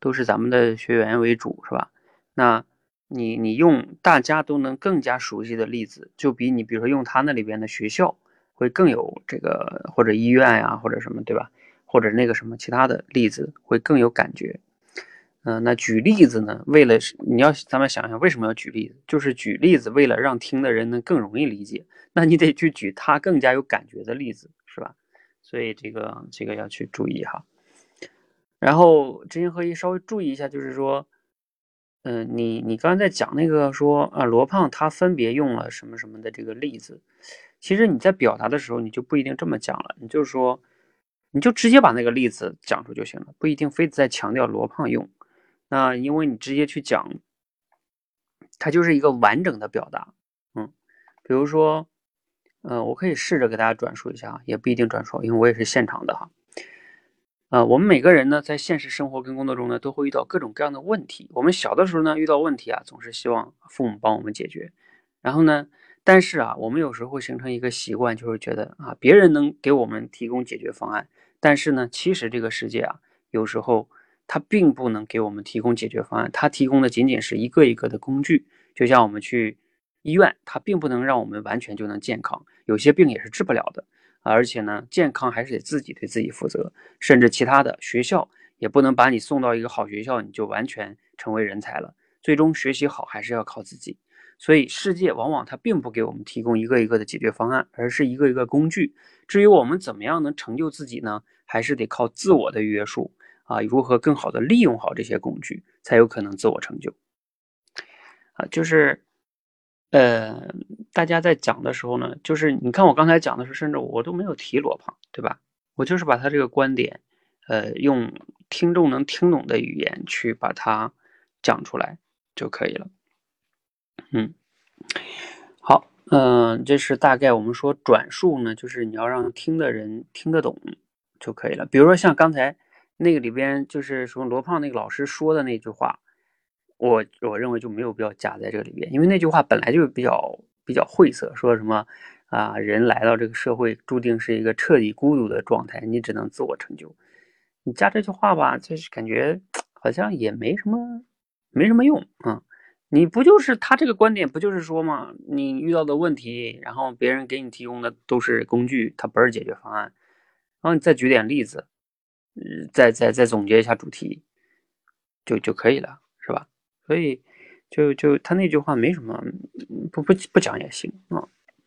都是咱们的学员为主，是吧？那你你用大家都能更加熟悉的例子，就比你比如说用他那里边的学校会更有这个，或者医院呀、啊，或者什么，对吧？或者那个什么其他的例子会更有感觉。嗯、呃，那举例子呢？为了你要咱们想想为什么要举例子，就是举例子为了让听的人能更容易理解，那你得去举他更加有感觉的例子，是吧？所以这个这个要去注意哈。然后知行合一稍微注意一下，就是说，嗯、呃，你你刚才在讲那个说啊，罗胖他分别用了什么什么的这个例子，其实你在表达的时候你就不一定这么讲了，你就是说，你就直接把那个例子讲出就行了，不一定非得再强调罗胖用。那因为你直接去讲，它就是一个完整的表达，嗯，比如说，呃，我可以试着给大家转述一下，也不一定转述，因为我也是现场的哈。呃，我们每个人呢，在现实生活跟工作中呢，都会遇到各种各样的问题。我们小的时候呢，遇到问题啊，总是希望父母帮我们解决。然后呢，但是啊，我们有时候会形成一个习惯，就是觉得啊，别人能给我们提供解决方案，但是呢，其实这个世界啊，有时候它并不能给我们提供解决方案，它提供的仅仅是一个一个的工具。就像我们去医院，它并不能让我们完全就能健康，有些病也是治不了的。而且呢，健康还是得自己对自己负责，甚至其他的学校也不能把你送到一个好学校，你就完全成为人才了。最终学习好还是要靠自己。所以世界往往它并不给我们提供一个一个的解决方案，而是一个一个工具。至于我们怎么样能成就自己呢？还是得靠自我的约束啊，如何更好的利用好这些工具，才有可能自我成就啊。就是呃，大家在讲的时候呢，就是你看我刚才讲的时候，甚至我都没有提罗胖，对吧？我就是把他这个观点，呃，用听众能听懂的语言去把它讲出来就可以了。嗯，好，嗯、呃，这是大概我们说转述呢，就是你要让听的人听得懂就可以了。比如说像刚才那个里边，就是说罗胖那个老师说的那句话。我我认为就没有必要加在这个里边，因为那句话本来就比较比较晦涩，说什么啊，人来到这个社会注定是一个彻底孤独的状态，你只能自我成就。你加这句话吧，就是感觉好像也没什么没什么用啊。你不就是他这个观点不就是说嘛，你遇到的问题，然后别人给你提供的都是工具，它不是解决方案，然后你再举点例子，呃、再再再总结一下主题，就就可以了，是吧？所以就就他那句话没什么，不不不讲也行啊。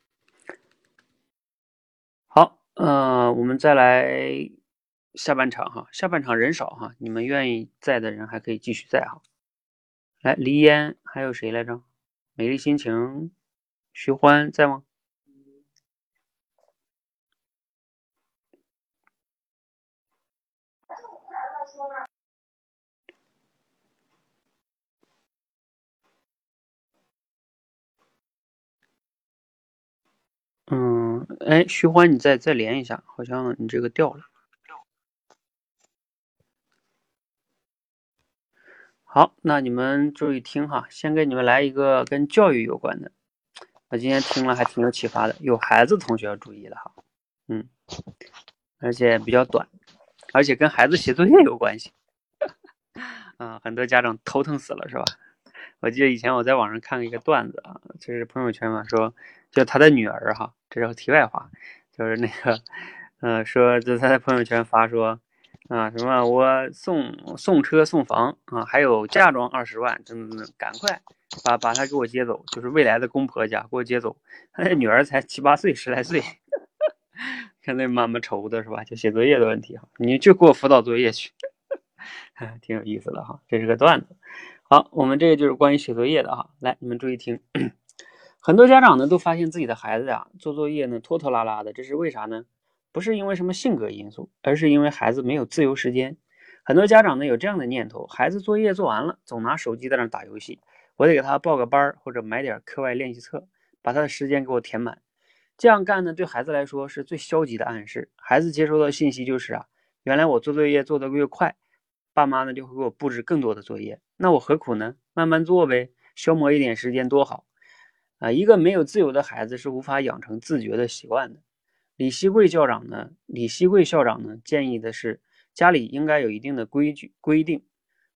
好，呃，我们再来下半场哈，下半场人少哈，你们愿意在的人还可以继续在哈。来，黎烟还有谁来着？美丽心情，徐欢在吗？嗯，哎，徐欢，你再再连一下，好像你这个掉了。好，那你们注意听哈，先给你们来一个跟教育有关的。我今天听了还挺有启发的，有孩子同学要注意了哈，嗯，而且比较短，而且跟孩子写作业有关系，啊，很多家长头疼死了是吧？我记得以前我在网上看了一个段子啊，就是朋友圈嘛，说就他的女儿哈，这是题外话，就是那个，呃，说就他在朋友圈发说，啊什么我送送车送房啊，还有嫁妆二十万，等等等，赶快把把他给我接走，就是未来的公婆家给我接走，他那女儿才七八岁十来岁，看那妈妈愁的是吧？就写作业的问题哈，你就给我辅导作业去，挺有意思的哈，这是个段子。好，我们这个就是关于写作业的哈，来你们注意听。很多家长呢都发现自己的孩子呀做作业呢拖拖拉拉的，这是为啥呢？不是因为什么性格因素，而是因为孩子没有自由时间。很多家长呢有这样的念头，孩子作业做完了，总拿手机在那打游戏，我得给他报个班或者买点课外练习册，把他的时间给我填满。这样干呢对孩子来说是最消极的暗示，孩子接收到信息就是啊，原来我做作业做得越快，爸妈呢就会给我布置更多的作业，那我何苦呢？慢慢做呗，消磨一点时间多好啊！一个没有自由的孩子是无法养成自觉的习惯的。李希贵校长呢，李希贵校长呢建议的是，家里应该有一定的规矩规定，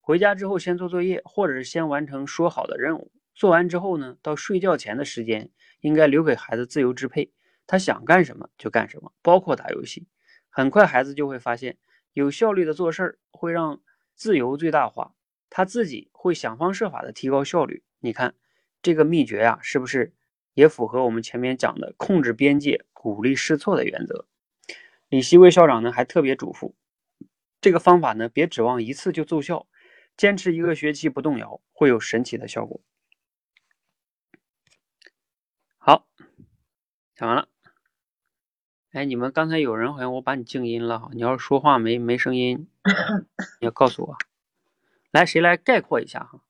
回家之后先做作业，或者是先完成说好的任务。做完之后呢，到睡觉前的时间应该留给孩子自由支配，他想干什么就干什么，包括打游戏。很快孩子就会发现，有效率的做事会让自由最大化，他自己会想方设法的提高效率。你看这个秘诀啊，是不是也符合我们前面讲的控制边界、鼓励试错的原则？李希卫校长呢还特别嘱咐，这个方法呢别指望一次就奏效，坚持一个学期不动摇，会有神奇的效果。好，讲完了。哎，你们刚才有人好像我把你静音了哈，你要是说话没没声音，你要告诉我。来，谁来概括一下哈？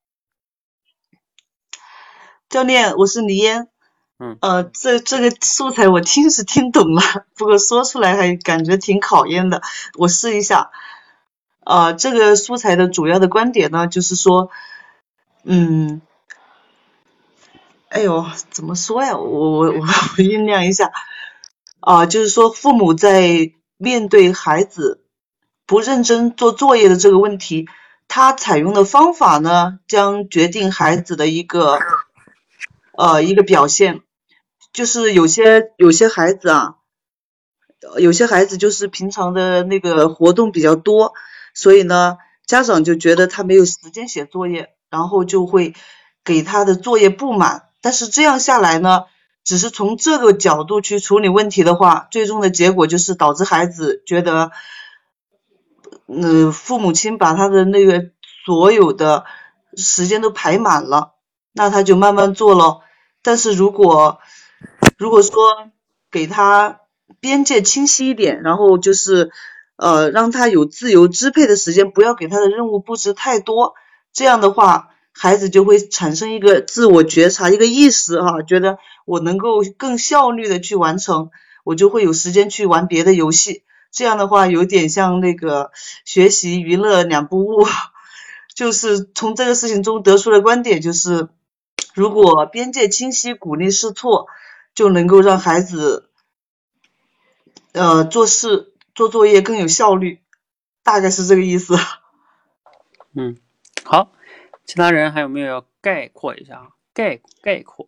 教练，我是黎嫣。 嗯。 呃，这这个素材我听是听懂了，不过说出来还感觉挺考验的。我试一下。呃，这个素材的主要的观点呢，就是说，嗯，哎呦，怎么说呀？我我我我酝酿一下。啊、呃，就是说，父母在面对孩子不认真做作业的这个问题，他采用的方法呢，将决定孩子的一个呃一个表现。就是有些有些孩子啊，有些孩子就是平常的那个活动比较多，所以呢，家长就觉得他没有时间写作业，然后就会给他的作业不满。但是这样下来呢，只是从这个角度去处理问题的话，最终的结果就是导致孩子觉得，嗯、呃，父母亲把他的那个所有的时间都排满了，那他就慢慢做了。但是如果如果说给他边界清晰一点，然后就是呃让他有自由支配的时间，不要给他的任务布置太多，这样的话孩子就会产生一个自我觉察，一个意识哈、啊，觉得我能够更效率的去完成，我就会有时间去玩别的游戏。这样的话有点像那个学习娱乐两不误，就是从这个事情中得出的观点就是，如果边界清晰，鼓励试错，就能够让孩子呃做事做作业更有效率，大概是这个意思。 嗯，好，其他人还有没有要概括一下？概概括，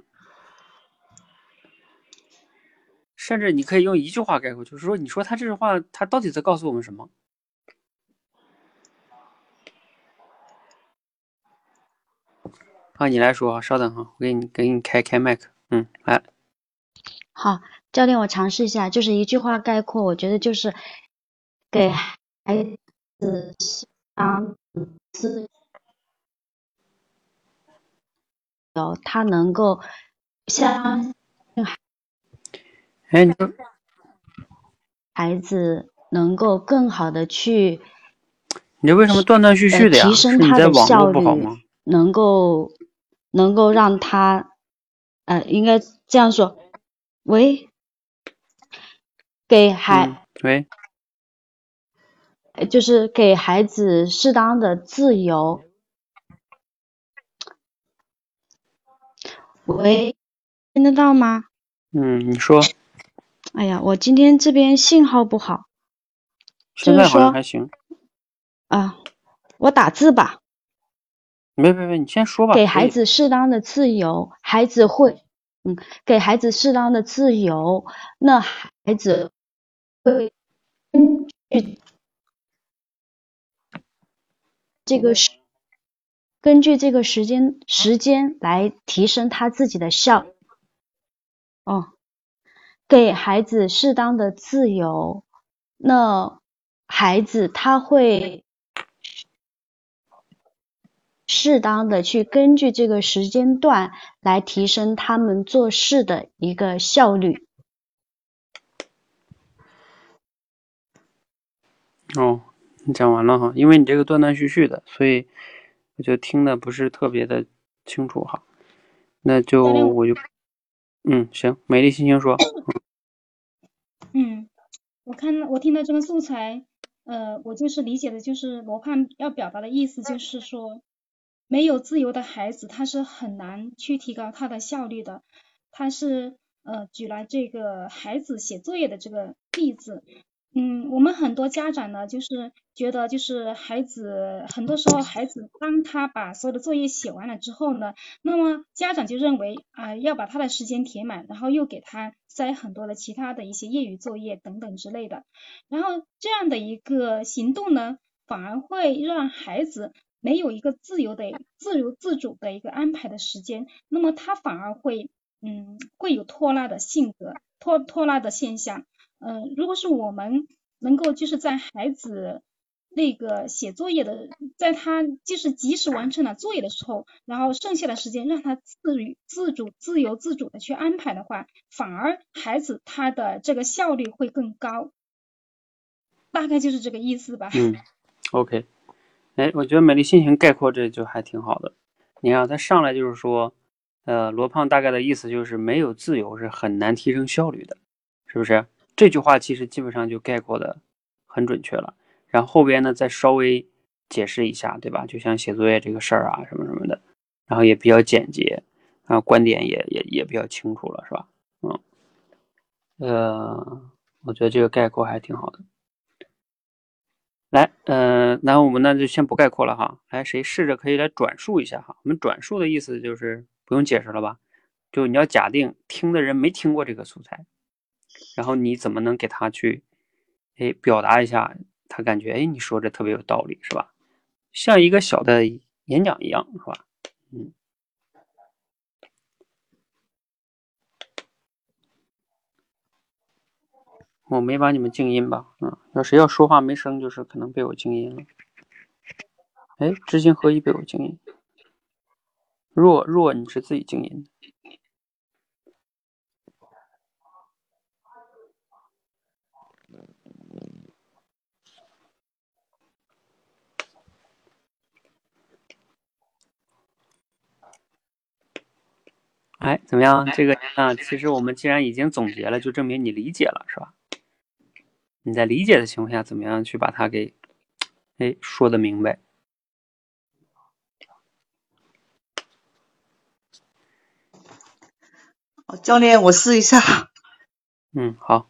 甚至你可以用一句话概括，就是说，你说他这句话，他到底在告诉我们什么？啊，你来说，稍等哈，我给你给你开开麦克，嗯，来。 好，教练，我尝试一下，就是一句话概括，我觉得就是给孩子当自由，他能够相哎，你说孩子能够更好的去， 你这为什么断断续续的呀？ 呃、提升他的效率，能够能够让他，呃，应该这样说，喂，给孩、 嗯、喂。 就是给孩子适当的自由。喂，听得到吗？ 嗯，你说。 哎呀，我今天这边信号不好。 现在好像还行。 啊，我打字吧。 没没没，你先说吧。 给孩子适当的自由，孩子会，嗯，给孩子适当的自由，那孩子会根据这个时，根据这个时间时间来提升他自己的效。哦，给孩子适当的自由，那孩子他会适当的去根据这个时间段来提升他们做事的一个效率。 哦，你讲完了哈，因为你这个断断续续的，所以我就听的不是特别的清楚哈。那就我就，嗯，行，美丽心情说。 嗯，我看我听到这个素材，呃，我就是理解的就是罗胖要表达的意思，就是说，没有自由的孩子，他是很难去提高他的效率的。他是呃举了这个孩子写作业的这个例子， 嗯，我们很多家长呢，就是觉得就是孩子，很多时候孩子当他把所有的作业写完了之后呢，那么家长就认为啊、呃要把他的时间填满，然后又给他塞很多的其他的一些业余作业等等之类的，然后这样的一个行动呢，反而会让孩子没有一个自由的、自由自主的一个安排的时间，那么他反而会嗯会有拖拉的性格、拖拖拉的现象。嗯、呃，如果是我们能够就是在孩子那个写作业的，在他就是即使完成了作业的时候，然后剩下的时间让他自律、自主、自由自主的去安排的话，反而孩子他的这个效率会更高，大概就是这个意思吧。 嗯 ，OK， 哎，我觉得美丽心情概括这就还挺好的。你看他上来就是说，呃，罗胖大概的意思就是没有自由是很难提升效率的，是不是？这句话其实基本上就概括的很准确了。然后后边呢再稍微解释一下，对吧？就像写作业这个事儿啊，什么什么的，然后也比较简洁，然后观点也也也比较清楚了，是吧？嗯，呃，我觉得这个概括还挺好的。来，呃，然后我们呢就先不概括了哈。来，谁试着可以来转述一下哈？我们转述的意思就是不用解释了吧？就你要假定听的人没听过这个素材，然后你怎么能给他去，哎，表达一下他感觉，哎，你说这特别有道理，是吧？像一个小的演讲一样，是吧？嗯。我没把你们静音吧？嗯，要谁要说话没声，就是可能被我静音了。哎，知行合一被我静音。若若你是自己静音的。哎，怎么样？这个啊，其实我们既然已经总结了，就证明你理解了，是吧？你在理解的情况下，怎么样去把它给，哎，说得明白？ 教练，我试一下。 嗯，好。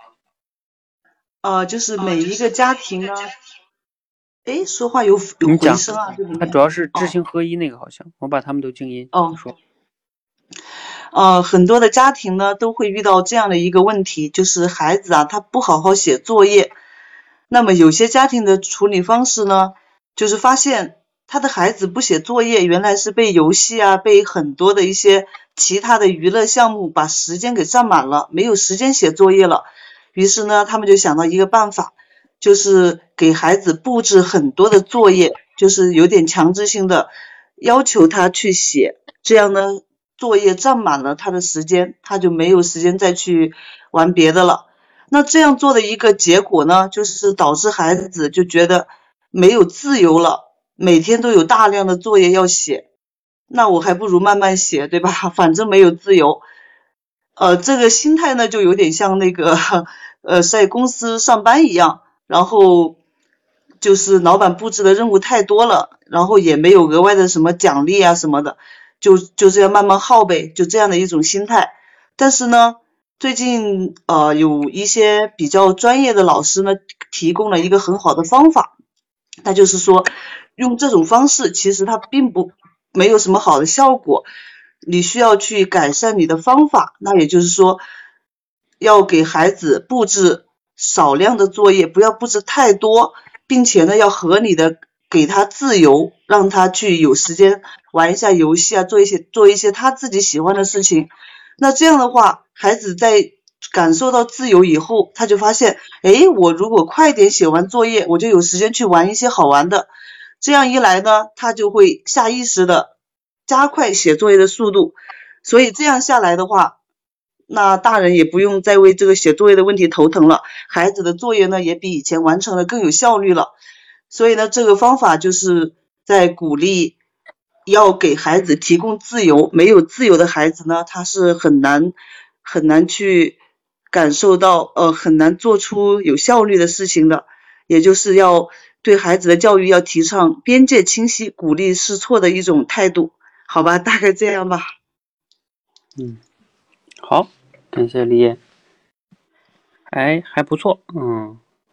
呃，就是每一个家庭呢，哎，说话有有回声啊，这里面。 它主要是知行合一那个，好像、哦、我把他们都静音。 哦。 说。 呃，很多的家庭呢都会遇到这样的一个问题，就是孩子啊，他不好好写作业。那么有些家庭的处理方式呢，就是发现他的孩子不写作业，原来是被游戏啊，被很多的一些其他的娱乐项目把时间给占满了，没有时间写作业了。于是呢，他们就想到一个办法，就是给孩子布置很多的作业，就是有点强制性的要求他去写，这样呢作业占满了他的时间，他就没有时间再去玩别的了。那这样做的一个结果呢，就是导致孩子就觉得没有自由了，每天都有大量的作业要写，那我还不如慢慢写，对吧？反正没有自由。呃，这个心态呢，就有点像那个呃在公司上班一样，然后就是老板布置的任务太多了，然后也没有额外的什么奖励啊什么的，就就这样慢慢耗呗，就这样的一种心态。但是呢，最近呃有一些比较专业的老师呢，提供了一个很好的方法，那就是说用这种方式其实它并不没有什么好的效果，你需要去改善你的方法。那也就是说要给孩子布置少量的作业，不要布置太多，并且呢要合理的给他自由，让他去有时间玩一下游戏啊，做一些做一些他自己喜欢的事情。那这样的话，孩子在感受到自由以后，他就发现，诶，我如果快点写完作业，我就有时间去玩一些好玩的。这样一来呢，他就会下意识的加快写作业的速度。所以这样下来的话，那大人也不用再为这个写作业的问题头疼了，孩子的作业呢也比以前完成的更有效率了。所以呢，这个方法就是在鼓励要给孩子提供自由，没有自由的孩子呢，他是很难很难去感受到呃很难做出有效率的事情的。也就是要对孩子的教育要提倡边界清晰，鼓励试错的一种态度。好吧，大概这样吧。 嗯，好，感谢李烨。哎，还不错，嗯，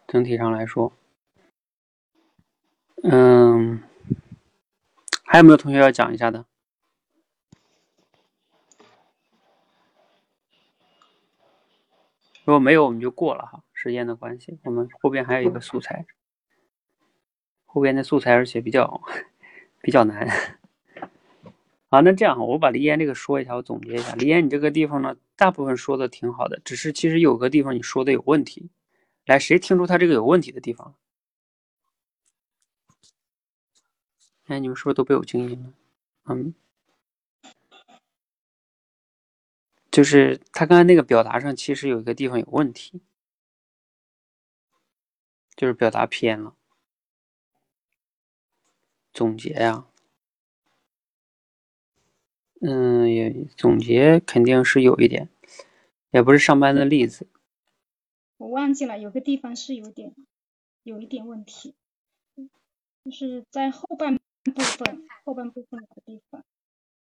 整体上来说，嗯，还有没有同学要讲一下的？如果没有，我们就过了哈，时间的关系，我们后边还有一个素材，后边的素材而且比较比较难。好，那这样我把黎岩这个说一下，我总结一下。黎岩，你这个地方呢，大部分说的挺好的，只是其实有个地方你说的有问题。来，谁听出他这个有问题的地方？哎，你们是不是都被我静音了？嗯，就是他刚才那个表达上，其实有一个地方有问题，就是表达偏了。总结呀、啊，嗯，也总结肯定是有一点，也不是上班的例子。 我忘记了，有个地方是有点有一点问题，就是在后半部分后半部分的地方。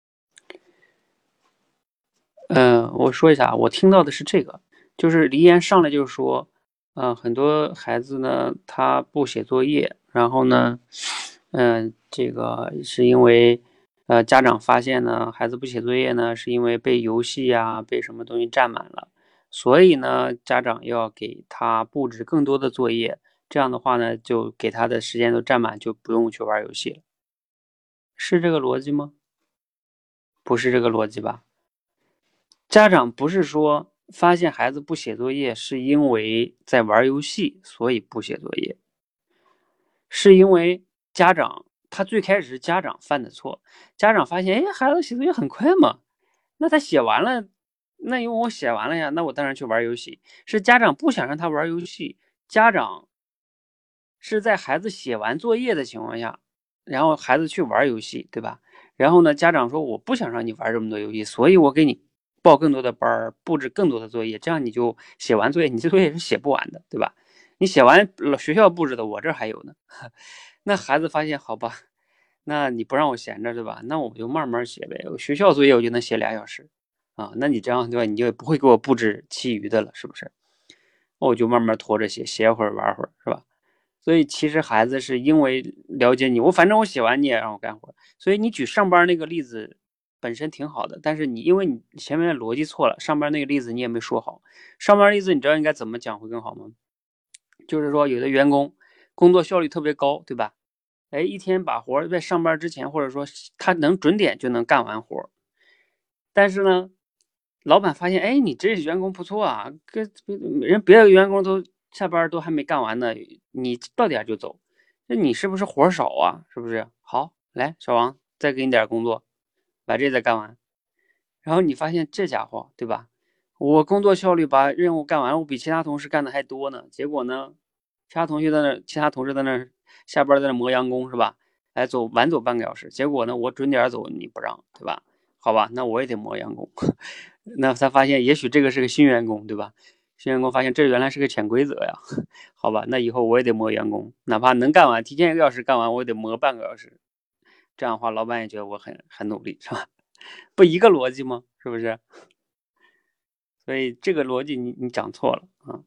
嗯、呃，我说一下，我听到的是这个，就是黎岩上来就是说，嗯、呃，很多孩子呢他不写作业，然后呢，嗯、呃，这个是因为呃家长发现呢孩子不写作业呢是因为被游戏啊被什么东西占满了，所以呢家长要给他布置更多的作业，这样的话呢就给他的时间都占满，就不用去玩游戏了，是这个逻辑吗？不是这个逻辑吧？家长不是说发现孩子不写作业是因为在玩游戏，所以不写作业，是因为家长他最开始是家长犯的错，家长发现，哎，孩子写作业很快嘛，那他写完了，那因为我写完了呀，那我当然去玩游戏。是家长不想让他玩游戏，家长是在孩子写完作业的情况下，然后孩子去玩游戏，对吧？然后呢，家长说我不想让你玩这么多游戏，所以我给你报更多的班，布置更多的作业，这样你就写完作业，你这作业是写不完的，对吧？你写完学校布置的，我这还有呢。那孩子发现，好吧，那你不让我闲着，对吧？那我就慢慢写呗。学校作业我就能写俩小时啊，那你这样对吧？你就不会给我布置其余的了，是不是？我就慢慢拖着写，写会儿玩会儿，是吧？所以其实孩子是因为了解你，我反正我写完你也让我干活，所以你举上班那个例子本身挺好的，但是你因为你前面的逻辑错了，上班那个例子你也没说好。上班例子你知道应该怎么讲会更好吗？就是说有的员工工作效率特别高，对吧？哎，一天把活在上班之前，或者说他能准点就能干完活，但是呢，老板发现，哎，你这员工不错啊，跟人别的员工都下班都还没干完呢，你到点就走，那你是不是活少啊？是不是？好，来，小王，再给你点工作，把这再干完。然后你发现这家伙，对吧？我工作效率把任务干完，我比其他同事干的还多呢。结果呢，其他同学在那，其他同事在那下班在那磨洋工，是吧？来走晚走半个小时，结果呢，我准点走你不让，对吧？好吧，那我也得磨洋工。那他发现，也许这个是个新员工，对吧？新员工发现这原来是个潜规则呀。好吧，那以后我也得磨员工，哪怕能干完，提前一个小时干完，我也得磨半个小时。这样的话，老板也觉得我很很努力，是吧？不一个逻辑吗？是不是？所以这个逻辑你你讲错了啊。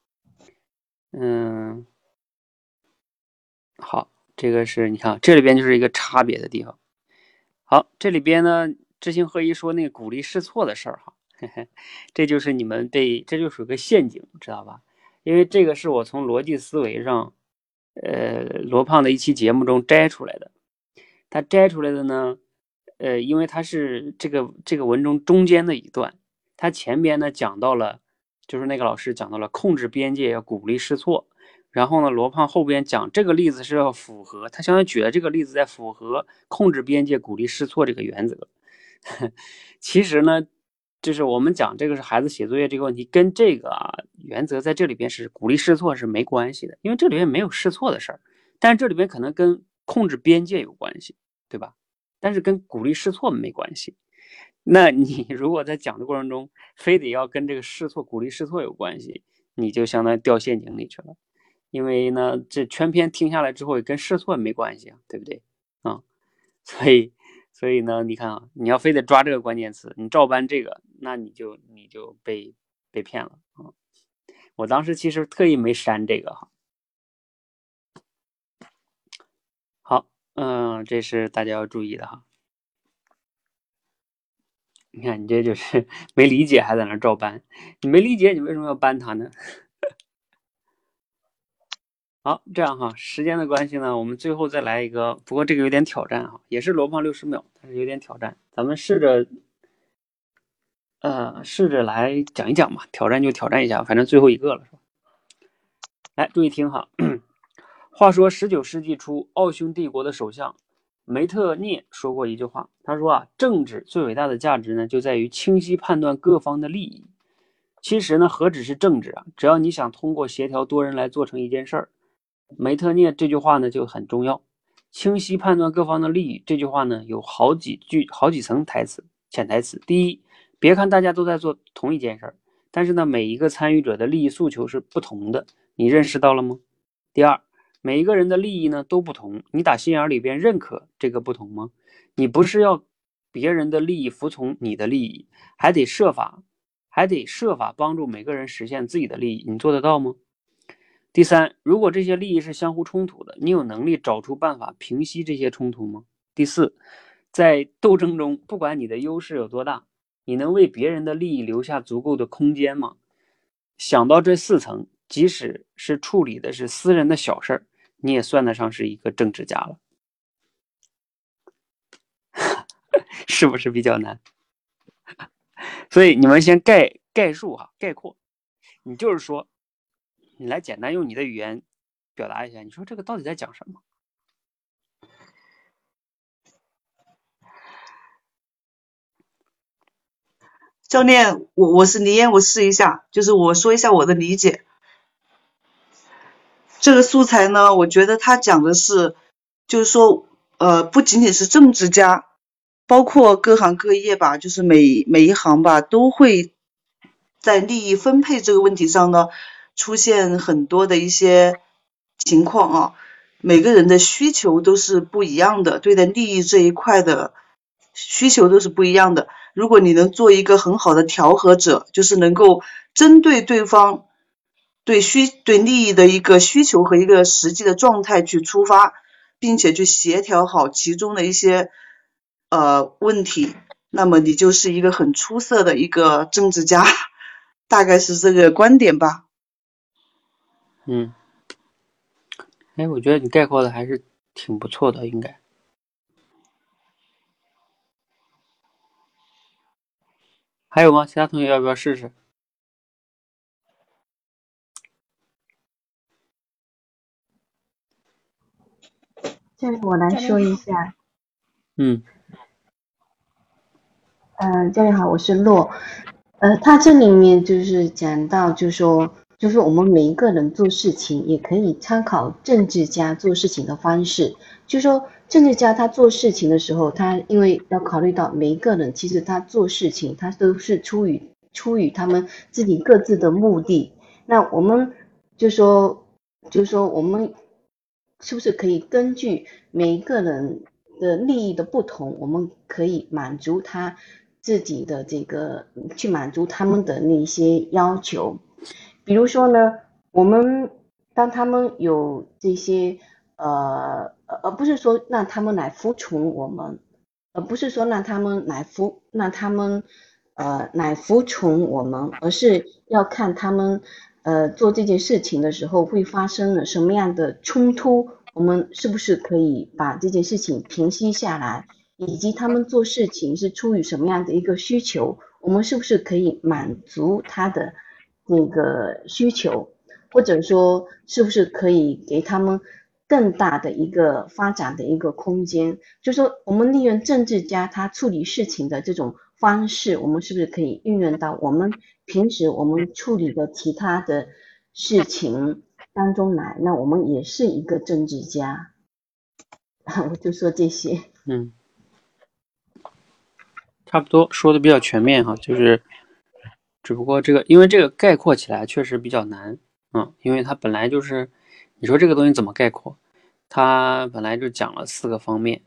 嗯，好，这个是你看这里边就是一个差别的地方。好，这里边呢，知行合一说那个鼓励试错的事儿哈，嘿嘿，这就是你们被这就属于个陷阱，知道吧？因为这个是我从逻辑思维上，呃，罗胖的一期节目中摘出来的。他摘出来的呢，呃，因为他是这个这个文中中间的一段，他前边呢讲到了，就是那个老师讲到了控制边界要鼓励试错，然后呢，罗胖后边讲这个例子是要符合，他相当于举了这个例子在符合控制边界鼓励试错这个原则。其实呢，就是我们讲这个是孩子写作业这个问题，跟这个啊原则在这里边是鼓励试错是没关系的，因为这里边没有试错的事儿，但是这里边可能跟控制边界有关系，对吧？但是跟鼓励试错没关系。那你如果在讲的过程中非得要跟这个试错鼓励试错有关系，你就相当于掉陷阱里去了。因为呢，这全篇听下来之后跟试错没关系啊，对不对啊？所以所以呢，你看啊，你要非得抓这个关键词，你照搬这个，那你就你就被被骗了啊！我当时其实特意没删这个哈， 嗯，这是大家要注意的哈。你看，你这就是没理解还在那照搬，你没理解，你为什么要搬它呢？好，这样哈，时间的关系呢，我们最后再来一个，不过这个有点挑战哈，也是罗胖六十秒，但是有点挑战，咱们试着，呃，试着来讲一讲吧，挑战就挑战一下，反正最后一个了，是吧？来，注意听哈。话说十九世纪初，奥匈帝国的首相梅特涅说过一句话，他说啊，政治最伟大的价值呢，就在于清晰判断各方的利益。其实呢，何止是政治啊，只要你想通过协调多人来做成一件事儿，梅特涅这句话呢就很重要。清晰判断各方的利益这句话呢有好几句好几层台词潜台词。第一，别看大家都在做同一件事儿，但是呢每一个参与者的利益诉求是不同的，你认识到了吗？第二，每一个人的利益呢都不同，你打心眼里边认可这个不同吗？你不是要别人的利益服从你的利益，还得设法还得设法帮助每个人实现自己的利益，你做得到吗？第三，如果这些利益是相互冲突的，你有能力找出办法平息这些冲突吗？第四，在斗争中，不管你的优势有多大，你能为别人的利益留下足够的空间吗？想到这四层，即使是处理的是私人的小事儿，你也算得上是一个政治家了。是不是比较难？所以你们先概概述哈，概括，你就是说，你来简单用你的语言表达一下，你说这个到底在讲什么？ 教练，我我是黎燕，我试一下，就是我说一下我的理解。这个素材呢，我觉得他讲的是，就是说，呃，不仅仅是政治家，包括各行各业吧，就是每每一行吧，都会在利益分配这个问题上呢，出现很多的一些情况啊。每个人的需求都是不一样的，对待利益这一块的需求都是不一样的。如果你能做一个很好的调和者，就是能够针对对方对需对利益的一个需求和一个实际的状态去出发，并且去协调好其中的一些呃问题，那么你就是一个很出色的一个政治家，大概是这个观点吧。 嗯，哎，我觉得你概括的还是挺不错的，应该。还有吗？其他同学要不要试试？ 这样我来说一下。 嗯。 嗯、呃，教练好，我是洛。呃，他这里面就是讲到，就是说，就是我们每一个人做事情也可以参考政治家做事情的方式。就是说，政治家他做事情的时候，他因为要考虑到每一个人，其实他做事情他都是出于出于他们自己各自的目的。那我们就说，就是说我们是不是可以根据每一个人的利益的不同，我们可以满足他自己的这个去满足他们的那些要求。比如说呢，我们当他们有这些呃而不是说让他们来服从我们，而不是说让他们来服让他们呃来服从我们，而是要看他们呃做这件事情的时候会发生了什么样的冲突，我们是不是可以把这件事情平息下来，以及他们做事情是出于什么样的一个需求，我们是不是可以满足他的那个需求，或者说是不是可以给他们更大的一个发展的一个空间。就说我们利用政治家他处理事情的这种方式，我们是不是可以运用到我们平时我们处理的其他的事情当中来，那我们也是一个政治家。我就说这些。 嗯，差不多说的比较全面哈，就是只不过这个因为这个概括起来确实比较难，嗯，因为它本来就是你说这个东西怎么概括，它本来就讲了四个方面。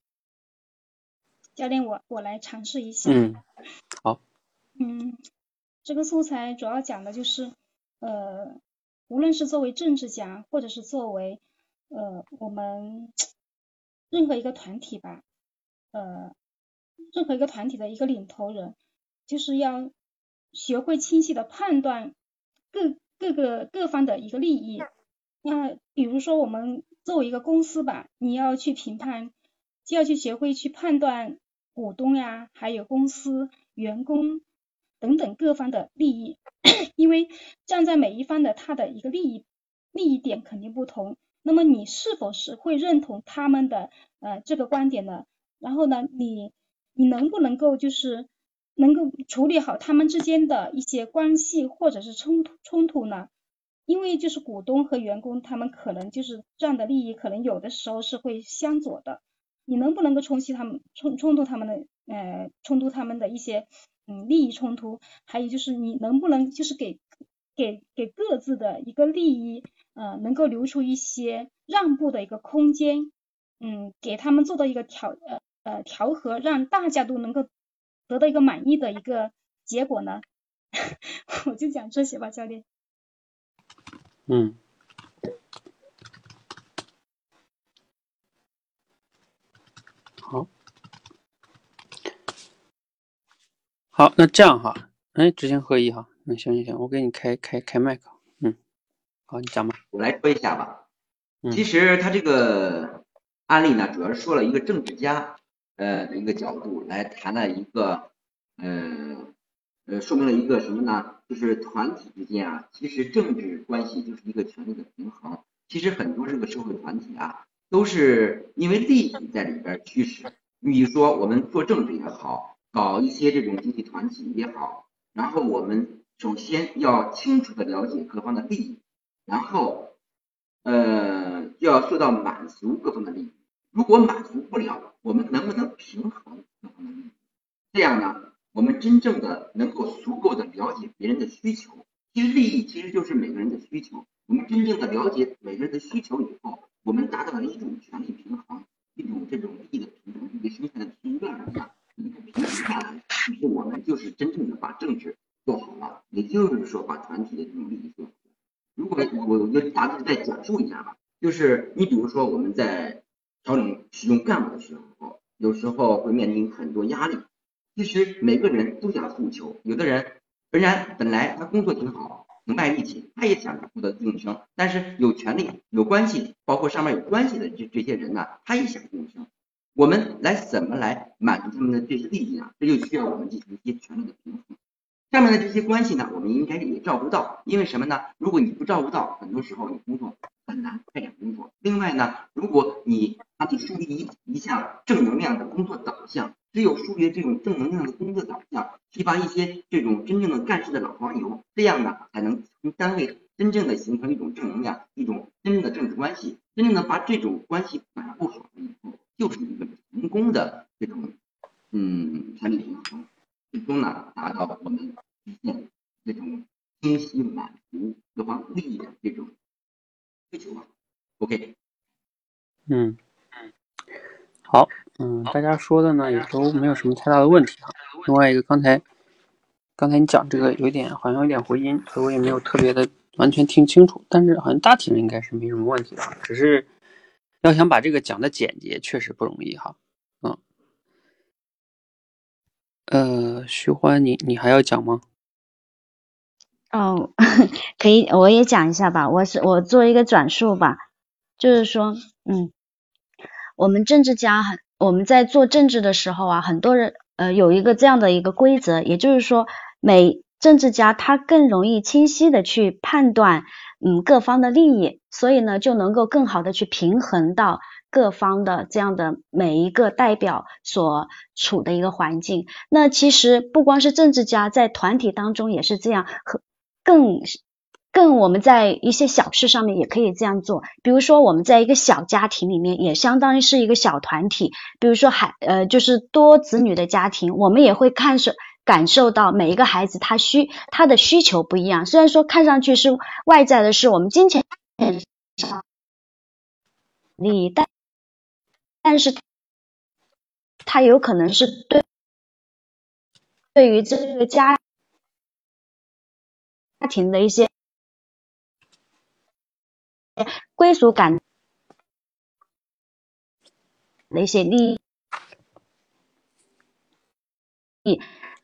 教练，我我来尝试一下。 嗯，好。 嗯，这个素材主要讲的就是，呃，无论是作为政治家，或者是作为呃我们任何一个团体吧，呃，任何一个团体的一个领头人，就是要学会清晰的判断各各个各方的一个利益。那比如说我们作为一个公司吧，你要去评判，就要去学会去判断股东呀，还有公司、员工等等各方的利益，因为站在每一方的他的一个利益利益点肯定不同。那么你是否是会认同他们的呃这个观点呢？然后呢，你你能不能够就是能够处理好他们之间的一些关系或者是冲突冲突呢？因为就是股东和员工他们可能就是这样的利益可能有的时候是会相左的，你能不能够冲击他们冲冲突他们的呃冲突他们的一些嗯利益冲突，还有就是你能不能就是给给给各自的一个利益呃能够留出一些让步的一个空间，嗯，给他们做到一个调呃呃调和，让大家都能够得到一个满意的一个结果呢？我就讲这些吧，教练。 嗯，好，好，那这样哈，哎，知行合一哈，那行行行，我给你开开开麦克，嗯，好，你讲吧。 我来说一下吧。其实他这个案例呢，主要是说了一个政治家呃的一个角度来谈了一个呃呃说明了一个什么呢？就是团体之间啊，其实政治关系就是一个权力的平衡。其实很多这个社会团体啊，都是因为利益在里边驱使。你比如说我们做政治也好，搞一些这种经济团体也好，然后我们首先要清楚的了解各方的利益，然后呃就要做到满足各方的利益。如果满足不了，我们能不能平衡各方的利益？这样呢，我们真正的能够足够的了解别人的需求。其实利益其实就是每个人的需求。我们真正的了解每个人的需求以后，我们达到了一种权力平衡，一种这种利益的平衡，一个生产的平衡下，一个平衡下来，其实我们就是真正的把政治做好了，也就是说把团体的这种利益做好。如果我我就大致再讲述一下吧，就是你比如说我们在调整使用干部的时候，有时候会面临很多压力。其实每个人都想诉求，有的人本来本来他工作挺好，挺卖力气，他也想获得晋升，但是有权利、有关系，包括上面有关系的这这些人呢，他也想晋升。我们来怎么来满足他们的这些利益呢？这就需要我们进行一些权力的平衡。上面的这些关系呢，我们应该也照顾到，因为什么呢？如果你不照顾到，很多时候你工作很难开展工作。另外呢，如果你它去树立一一项正能量的工作导向，只有树立这种正能量的工作导向，提拔一些这种真正的干事的老黄牛，这样呢，才能从单位真正的形成一种正能量，一种真正的政治关系，真正的把这种关系把握好了以后，就是一个成功的这种嗯权力平衡。最终呢，达到我们实现这种清晰满足各方利益的这种追求吧。OK， 嗯嗯，好，嗯，大家说的呢也都没有什么太大的问题啊。另外一个，刚才刚才你讲这个有点好像有点回音，所以我也没有特别的完全听清楚，但是好像大体上应该是没什么问题的，只是要想把这个讲的简洁，确实不容易哈。嗯。呃，徐欢，你你还要讲吗？ 哦，可以，我也讲一下吧。我是我做一个转述吧，就是说，嗯，我们政治家很，我们在做政治的时候啊，很多人呃有一个这样的一个规则，也就是说，每政治家他更容易清晰的去判断嗯各方的利益，所以呢就能够更好的去平衡到各方的这样的每一个代表所处的一个环境。那其实不光是政治家，在团体当中也是这样，更更我们在一些小事上面也可以这样做。比如说我们在一个小家庭里面，也相当于是一个小团体，比如说孩呃就是多子女的家庭，我们也会看受感受到每一个孩子他需他的需求不一样。虽然说看上去是外在的是我们金钱利益，但但是他有可能是对对于这个家家庭的一些归属感那些利益。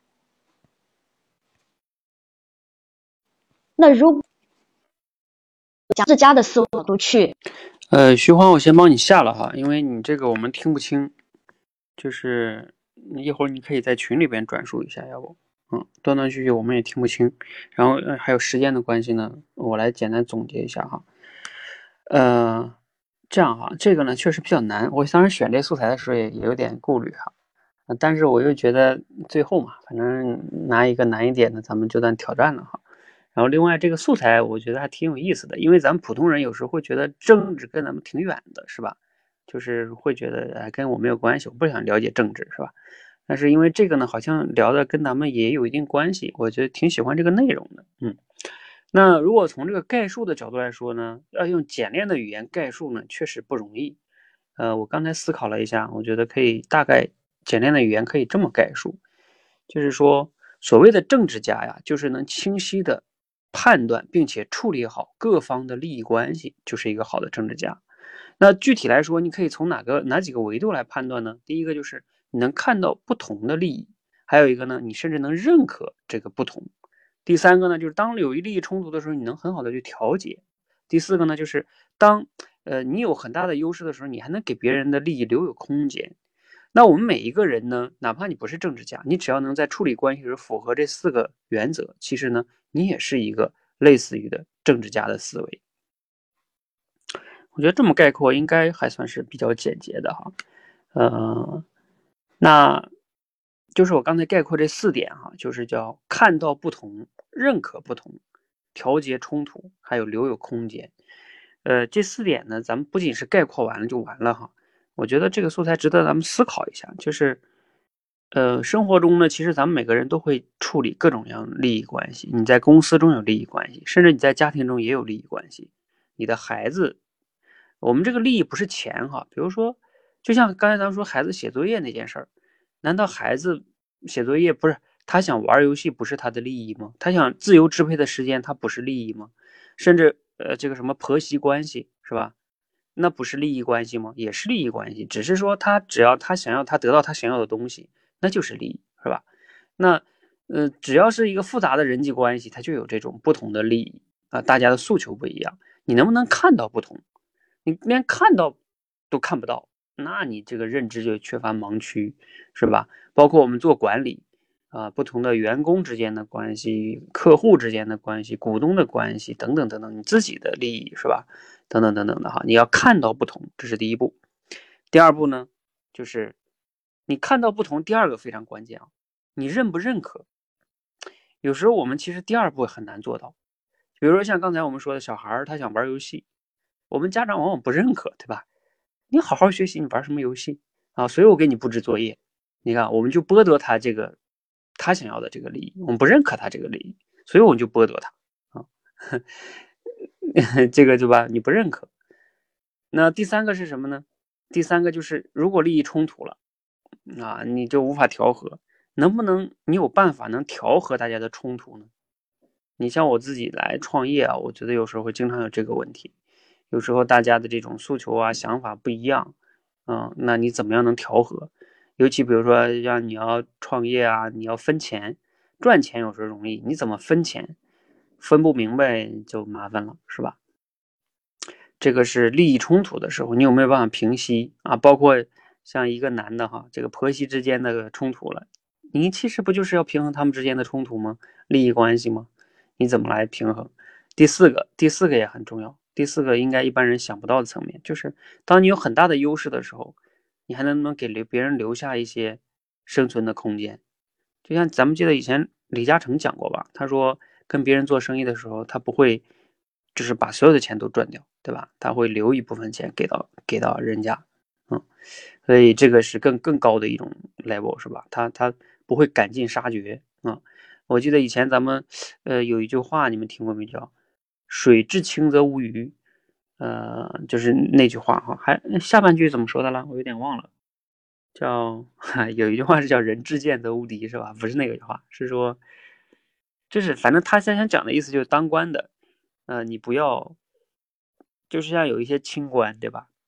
那如果讲自家的思维角度去， 呃，徐欢，我先帮你下了哈，因为你这个我们听不清，就是一会儿你可以在群里边转述一下，要不，嗯，断断续续我们也听不清，然后、呃、还有时间的关系呢，我来简单总结一下哈。呃，这样哈，这个呢确实比较难，我当时选这素材的时候也也有点顾虑哈，呃、但是我又觉得最后嘛，反正拿一个难一点的，咱们就当挑战了哈。然后另外这个素材我觉得还挺有意思的，因为咱们普通人有时候会觉得政治跟咱们挺远的，是吧？就是会觉得哎跟我没有关系，我不想了解政治，是吧？但是因为这个呢，好像聊的跟咱们也有一定关系，我觉得挺喜欢这个内容的。嗯，那如果从这个概述的角度来说呢，要用简练的语言概述呢，确实不容易。呃，我刚才思考了一下，我觉得可以大概简练的语言可以这么概述，就是说所谓的政治家呀，就是能清晰的判断并且处理好各方的利益关系，就是一个好的政治家。那具体来说，你可以从哪个哪几个维度来判断呢？第一个就是你能看到不同的利益，还有一个呢，你甚至能认可这个不同。第三个呢，就是当有利益冲突的时候，你能很好的去调节。第四个呢，就是当呃你有很大的优势的时候，你还能给别人的利益留有空间。那我们每一个人呢，哪怕你不是政治家，你只要能在处理关系时符合这四个原则，其实呢，你也是一个类似于的政治家的思维。我觉得这么概括应该还算是比较简洁的哈。呃，那就是我刚才概括这四点哈，就是叫看到不同、认可不同、调节冲突，还有留有空间。呃，这四点呢，咱们不仅是概括完了就完了哈。我觉得这个素材值得咱们思考一下，就是呃，生活中呢，其实咱们每个人都会处理各种各样的利益关系。你在公司中有利益关系，甚至你在家庭中也有利益关系。你的孩子，我们这个利益不是钱哈，比如说，就像刚才咱们说孩子写作业那件事儿，难道孩子写作业不是他想玩游戏不是他的利益吗？他想自由支配的时间，他不是利益吗？甚至呃，这个什么婆媳关系是吧？那不是利益关系吗？也是利益关系，只是说他只要他想要他得到他想要的东西，那就是利益，是吧？那呃，只要是一个复杂的人际关系，它就有这种不同的利益啊，大家的诉求不一样，你能不能看到不同？你连看到都看不到，那你这个认知就缺乏盲区，是吧？包括我们做管理啊，不同的员工之间的关系、客户之间的关系、股东的关系等等等等，你自己的利益是吧？等等等等的哈，你要看到不同，这是第一步。第二步呢，就是你看到不同，第二个非常关键啊，你认不认可？有时候我们其实第二步很难做到，比如说像刚才我们说的小孩他想玩游戏，我们家长往往不认可，对吧？你好好学习，你玩什么游戏啊？所以我给你布置作业，你看我们就剥夺他这个他想要的这个利益，我们不认可他这个利益，所以我们就剥夺他啊，这个对吧？你不认可。那第三个是什么呢？第三个就是如果利益冲突了啊，你就无法调和，能不能你有办法能调和大家的冲突呢？你像我自己来创业啊，我觉得有时候会经常有这个问题，有时候大家的这种诉求啊想法不一样，嗯，那你怎么样能调和？尤其比如说让你要创业啊，你要分钱，赚钱有时候容易，你怎么分钱？分不明白就麻烦了，是吧？这个是利益冲突的时候，你有没有办法平息啊？包括像一个男的哈，这个婆媳之间的冲突了，你其实不就是要平衡他们之间的冲突吗？利益关系吗？你怎么来平衡？第四个，第四个也很重要。第四个应该一般人想不到的层面，就是当你有很大的优势的时候，你还能不能给别人留下一些生存的空间？就像咱们记得以前李嘉诚讲过吧，他说跟别人做生意的时候，他不会就是把所有的钱都赚掉，对吧？他会留一部分钱给到给到人家，嗯，所以这个是更更高的一种 level， 是吧？他他不会赶尽杀绝啊。我记得以前咱们呃有一句话你们听过没？叫水至清则无鱼，呃，就是那句话哈。还下半句怎么说的了？我有点忘了。叫有一句话是叫人至贱则无敌，是吧？不是那个话，是说就是反正他想想讲的意思就是当官的，呃，你不要就是像有一些清官，对吧？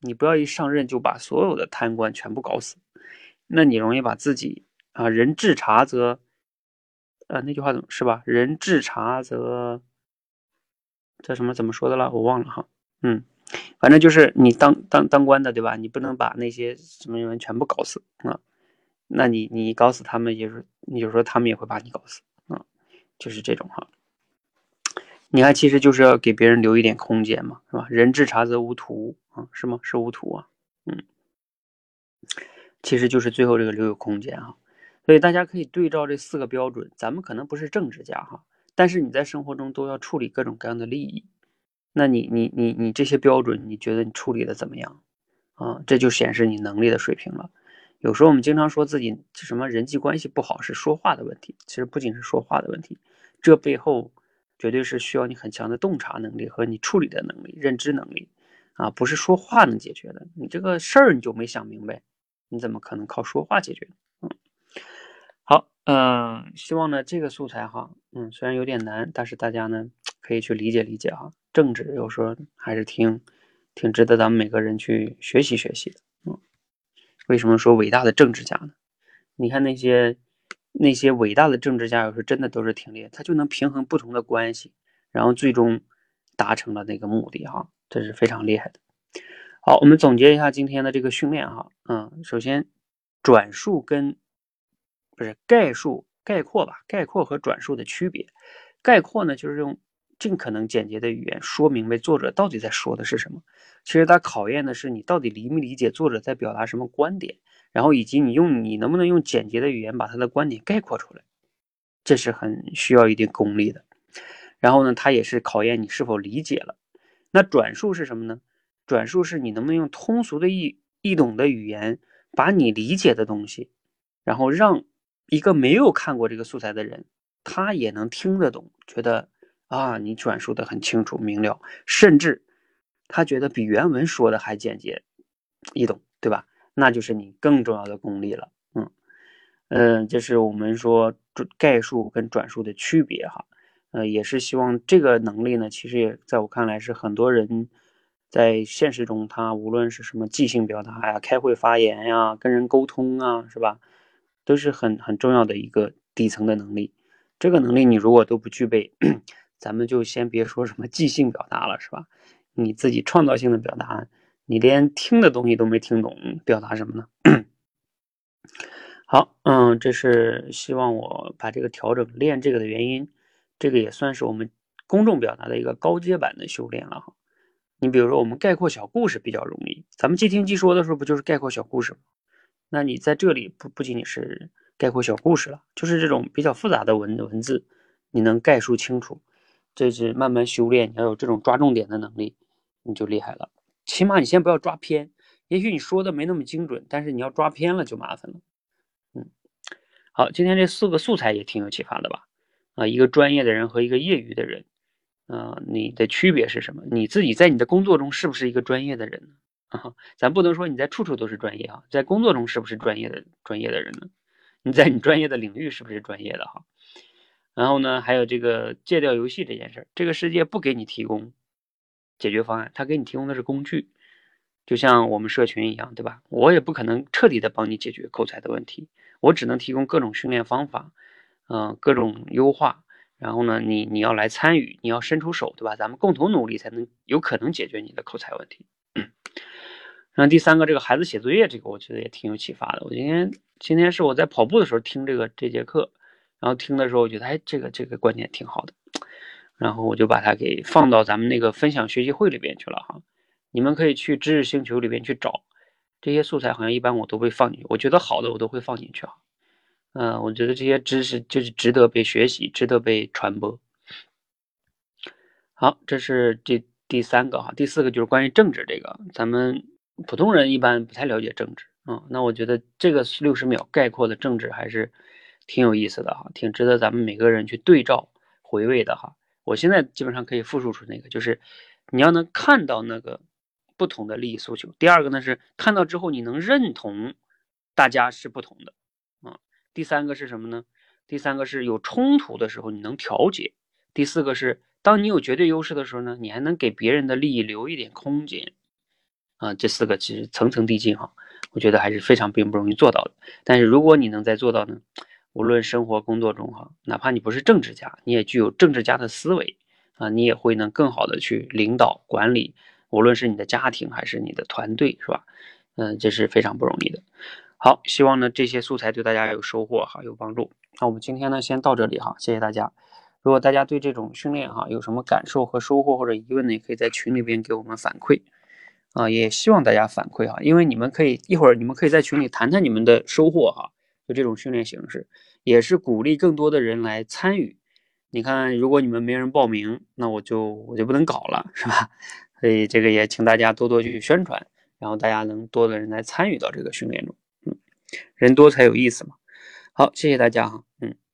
你不要一上任就把所有的贪官全部搞死，那你容易把自己啊，人治察则，呃，那句话怎么是吧？人治察则这什么怎么说的了？我忘了哈。嗯，反正就是你当当当官的，对吧？你不能把那些什么人全部搞死啊。那你你搞死他们，也是你就说他们也会把你搞死啊，就是这种哈。你看，其实就是要给别人留一点空间嘛，是吧？人治察则无徒啊，是吗？是无徒啊，嗯，其实就是最后这个留有空间哈。所以大家可以对照这四个标准，咱们可能不是政治家哈，但是你在生活中都要处理各种各样的利益，那你你你你这些标准，你觉得你处理的怎么样啊？这就显示你能力的水平了。有时候我们经常说自己什么人际关系不好是说话的问题，其实不仅是说话的问题，这背后绝对是需要你很强的洞察能力和你处理的能力、认知能力啊，不是说话能解决的。你这个事儿你就没想明白，你怎么可能靠说话解决？嗯，好，嗯、呃，希望呢这个素材哈，嗯，虽然有点难，但是大家呢可以去理解理解哈。政治有时候还是挺挺值得咱们每个人去学习学习的。嗯，为什么说伟大的政治家呢？你看那些那些伟大的政治家，有时候真的都是挺厉害，他就能平衡不同的关系，然后最终达成了那个目的哈，这是非常厉害的。好，我们总结一下今天的这个训练哈，嗯，首先转述跟不是概述概括吧，概括和转述的区别。概括呢，就是用尽可能简洁的语言说明白作者到底在说的是什么。其实它考验的是你到底理没理解作者在表达什么观点，然后以及你用你能不能用简洁的语言把他的观点概括出来，这是很需要一定功力的。然后呢，它也是考验你是否理解了。那转述是什么呢？转述是你能不能用通俗的易易懂的语言把你理解的东西，然后让一个没有看过这个素材的人，他也能听得懂，觉得啊你转述的很清楚明了，甚至他觉得比原文说的还简洁易懂，对吧？那就是你更重要的功力了。嗯嗯、呃，这是我们说概述跟转述的区别哈。呃，也是希望这个能力呢，其实也在我看来是很多人在现实中，他无论是什么即兴表达呀、开会发言呀、跟人沟通啊，是吧，都是很很重要的一个底层的能力。这个能力你如果都不具备，咱们就先别说什么即兴表达了，是吧？你自己创造性的表达，你连听的东西都没听懂，表达什么呢？好，嗯，这是希望我把这个调整练这个的原因。这个也算是我们公众表达的一个高阶版的修炼了哈。你比如说我们概括小故事比较容易，咱们即听即说的时候不就是概括小故事吗？那你在这里不不仅仅是概括小故事了，就是这种比较复杂的文文字，你能概述清楚，这是慢慢修炼，你要有这种抓重点的能力，你就厉害了。起码你先不要抓偏，也许你说的没那么精准，但是你要抓偏了就麻烦了。嗯，好，今天这四个素材也挺有启发的吧？啊，一个专业的人和一个业余的人，啊，你的区别是什么？你自己在你的工作中是不是一个专业的人呢？啊，咱不能说你在处处都是专业啊，在工作中是不是专业的专业的人呢？你在你专业的领域是不是专业的哈？然后呢，还有这个戒掉游戏这件事，这个世界不给你提供解决方案，它给你提供的是工具，就像我们社群一样，对吧？我也不可能彻底的帮你解决口才的问题，我只能提供各种训练方法。嗯、呃，各种优化，然后呢，你你要来参与，你要伸出手，对吧？咱们共同努力，才能有可能解决你的口才问题。然后第三个，这个孩子写作业，这个我觉得也挺有启发的。我今天今天是我在跑步的时候听这个这节课，然后听的时候，我觉得哎，这个这个观点挺好的，然后我就把它给放到咱们那个分享学习会里边去了哈。你们可以去知识星球里边去找这些素材，好像一般我都会放进去，我觉得好的我都会放进去哈。嗯、呃，我觉得这些知识就是值得被学习，值得被传播。好，这是这第三个哈，第四个就是关于政治这个，咱们普通人一般不太了解政治啊、嗯。那我觉得这个六十秒概括的政治还是挺有意思的哈，挺值得咱们每个人去对照回味的哈。我现在基本上可以复述出那个，就是你要能看到那个不同的利益诉求。第二个呢是看到之后你能认同大家是不同的啊。第三个是什么呢？第三个是有冲突的时候你能调节。第四个是当你有绝对优势的时候呢，你还能给别人的利益留一点空间。 啊、呃，这四个其实层层递进哈，我觉得还是非常并不容易做到的。但是如果你能再做到呢，无论生活工作中哈，哪怕你不是政治家，你也具有政治家的思维啊，你也会能更好的去领导管理，无论是你的家庭还是你的团队，是吧？嗯，这是非常不容易的。好，希望呢这些素材对大家有收获哈，有帮助。那我们今天呢先到这里哈，谢谢大家。如果大家对这种训练哈有什么感受和收获或者疑问呢，也可以在群里边给我们反馈啊，也希望大家反馈哈，因为你们可以一会儿你们可以在群里谈谈你们的收获哈，就这种训练形式也是鼓励更多的人来参与。你看，如果你们没人报名，那我就我就不能搞了，是吧？所以这个也请大家多多去宣传，然后大家能多的人来参与到这个训练中，嗯，人多才有意思嘛。好，谢谢大家哈，嗯。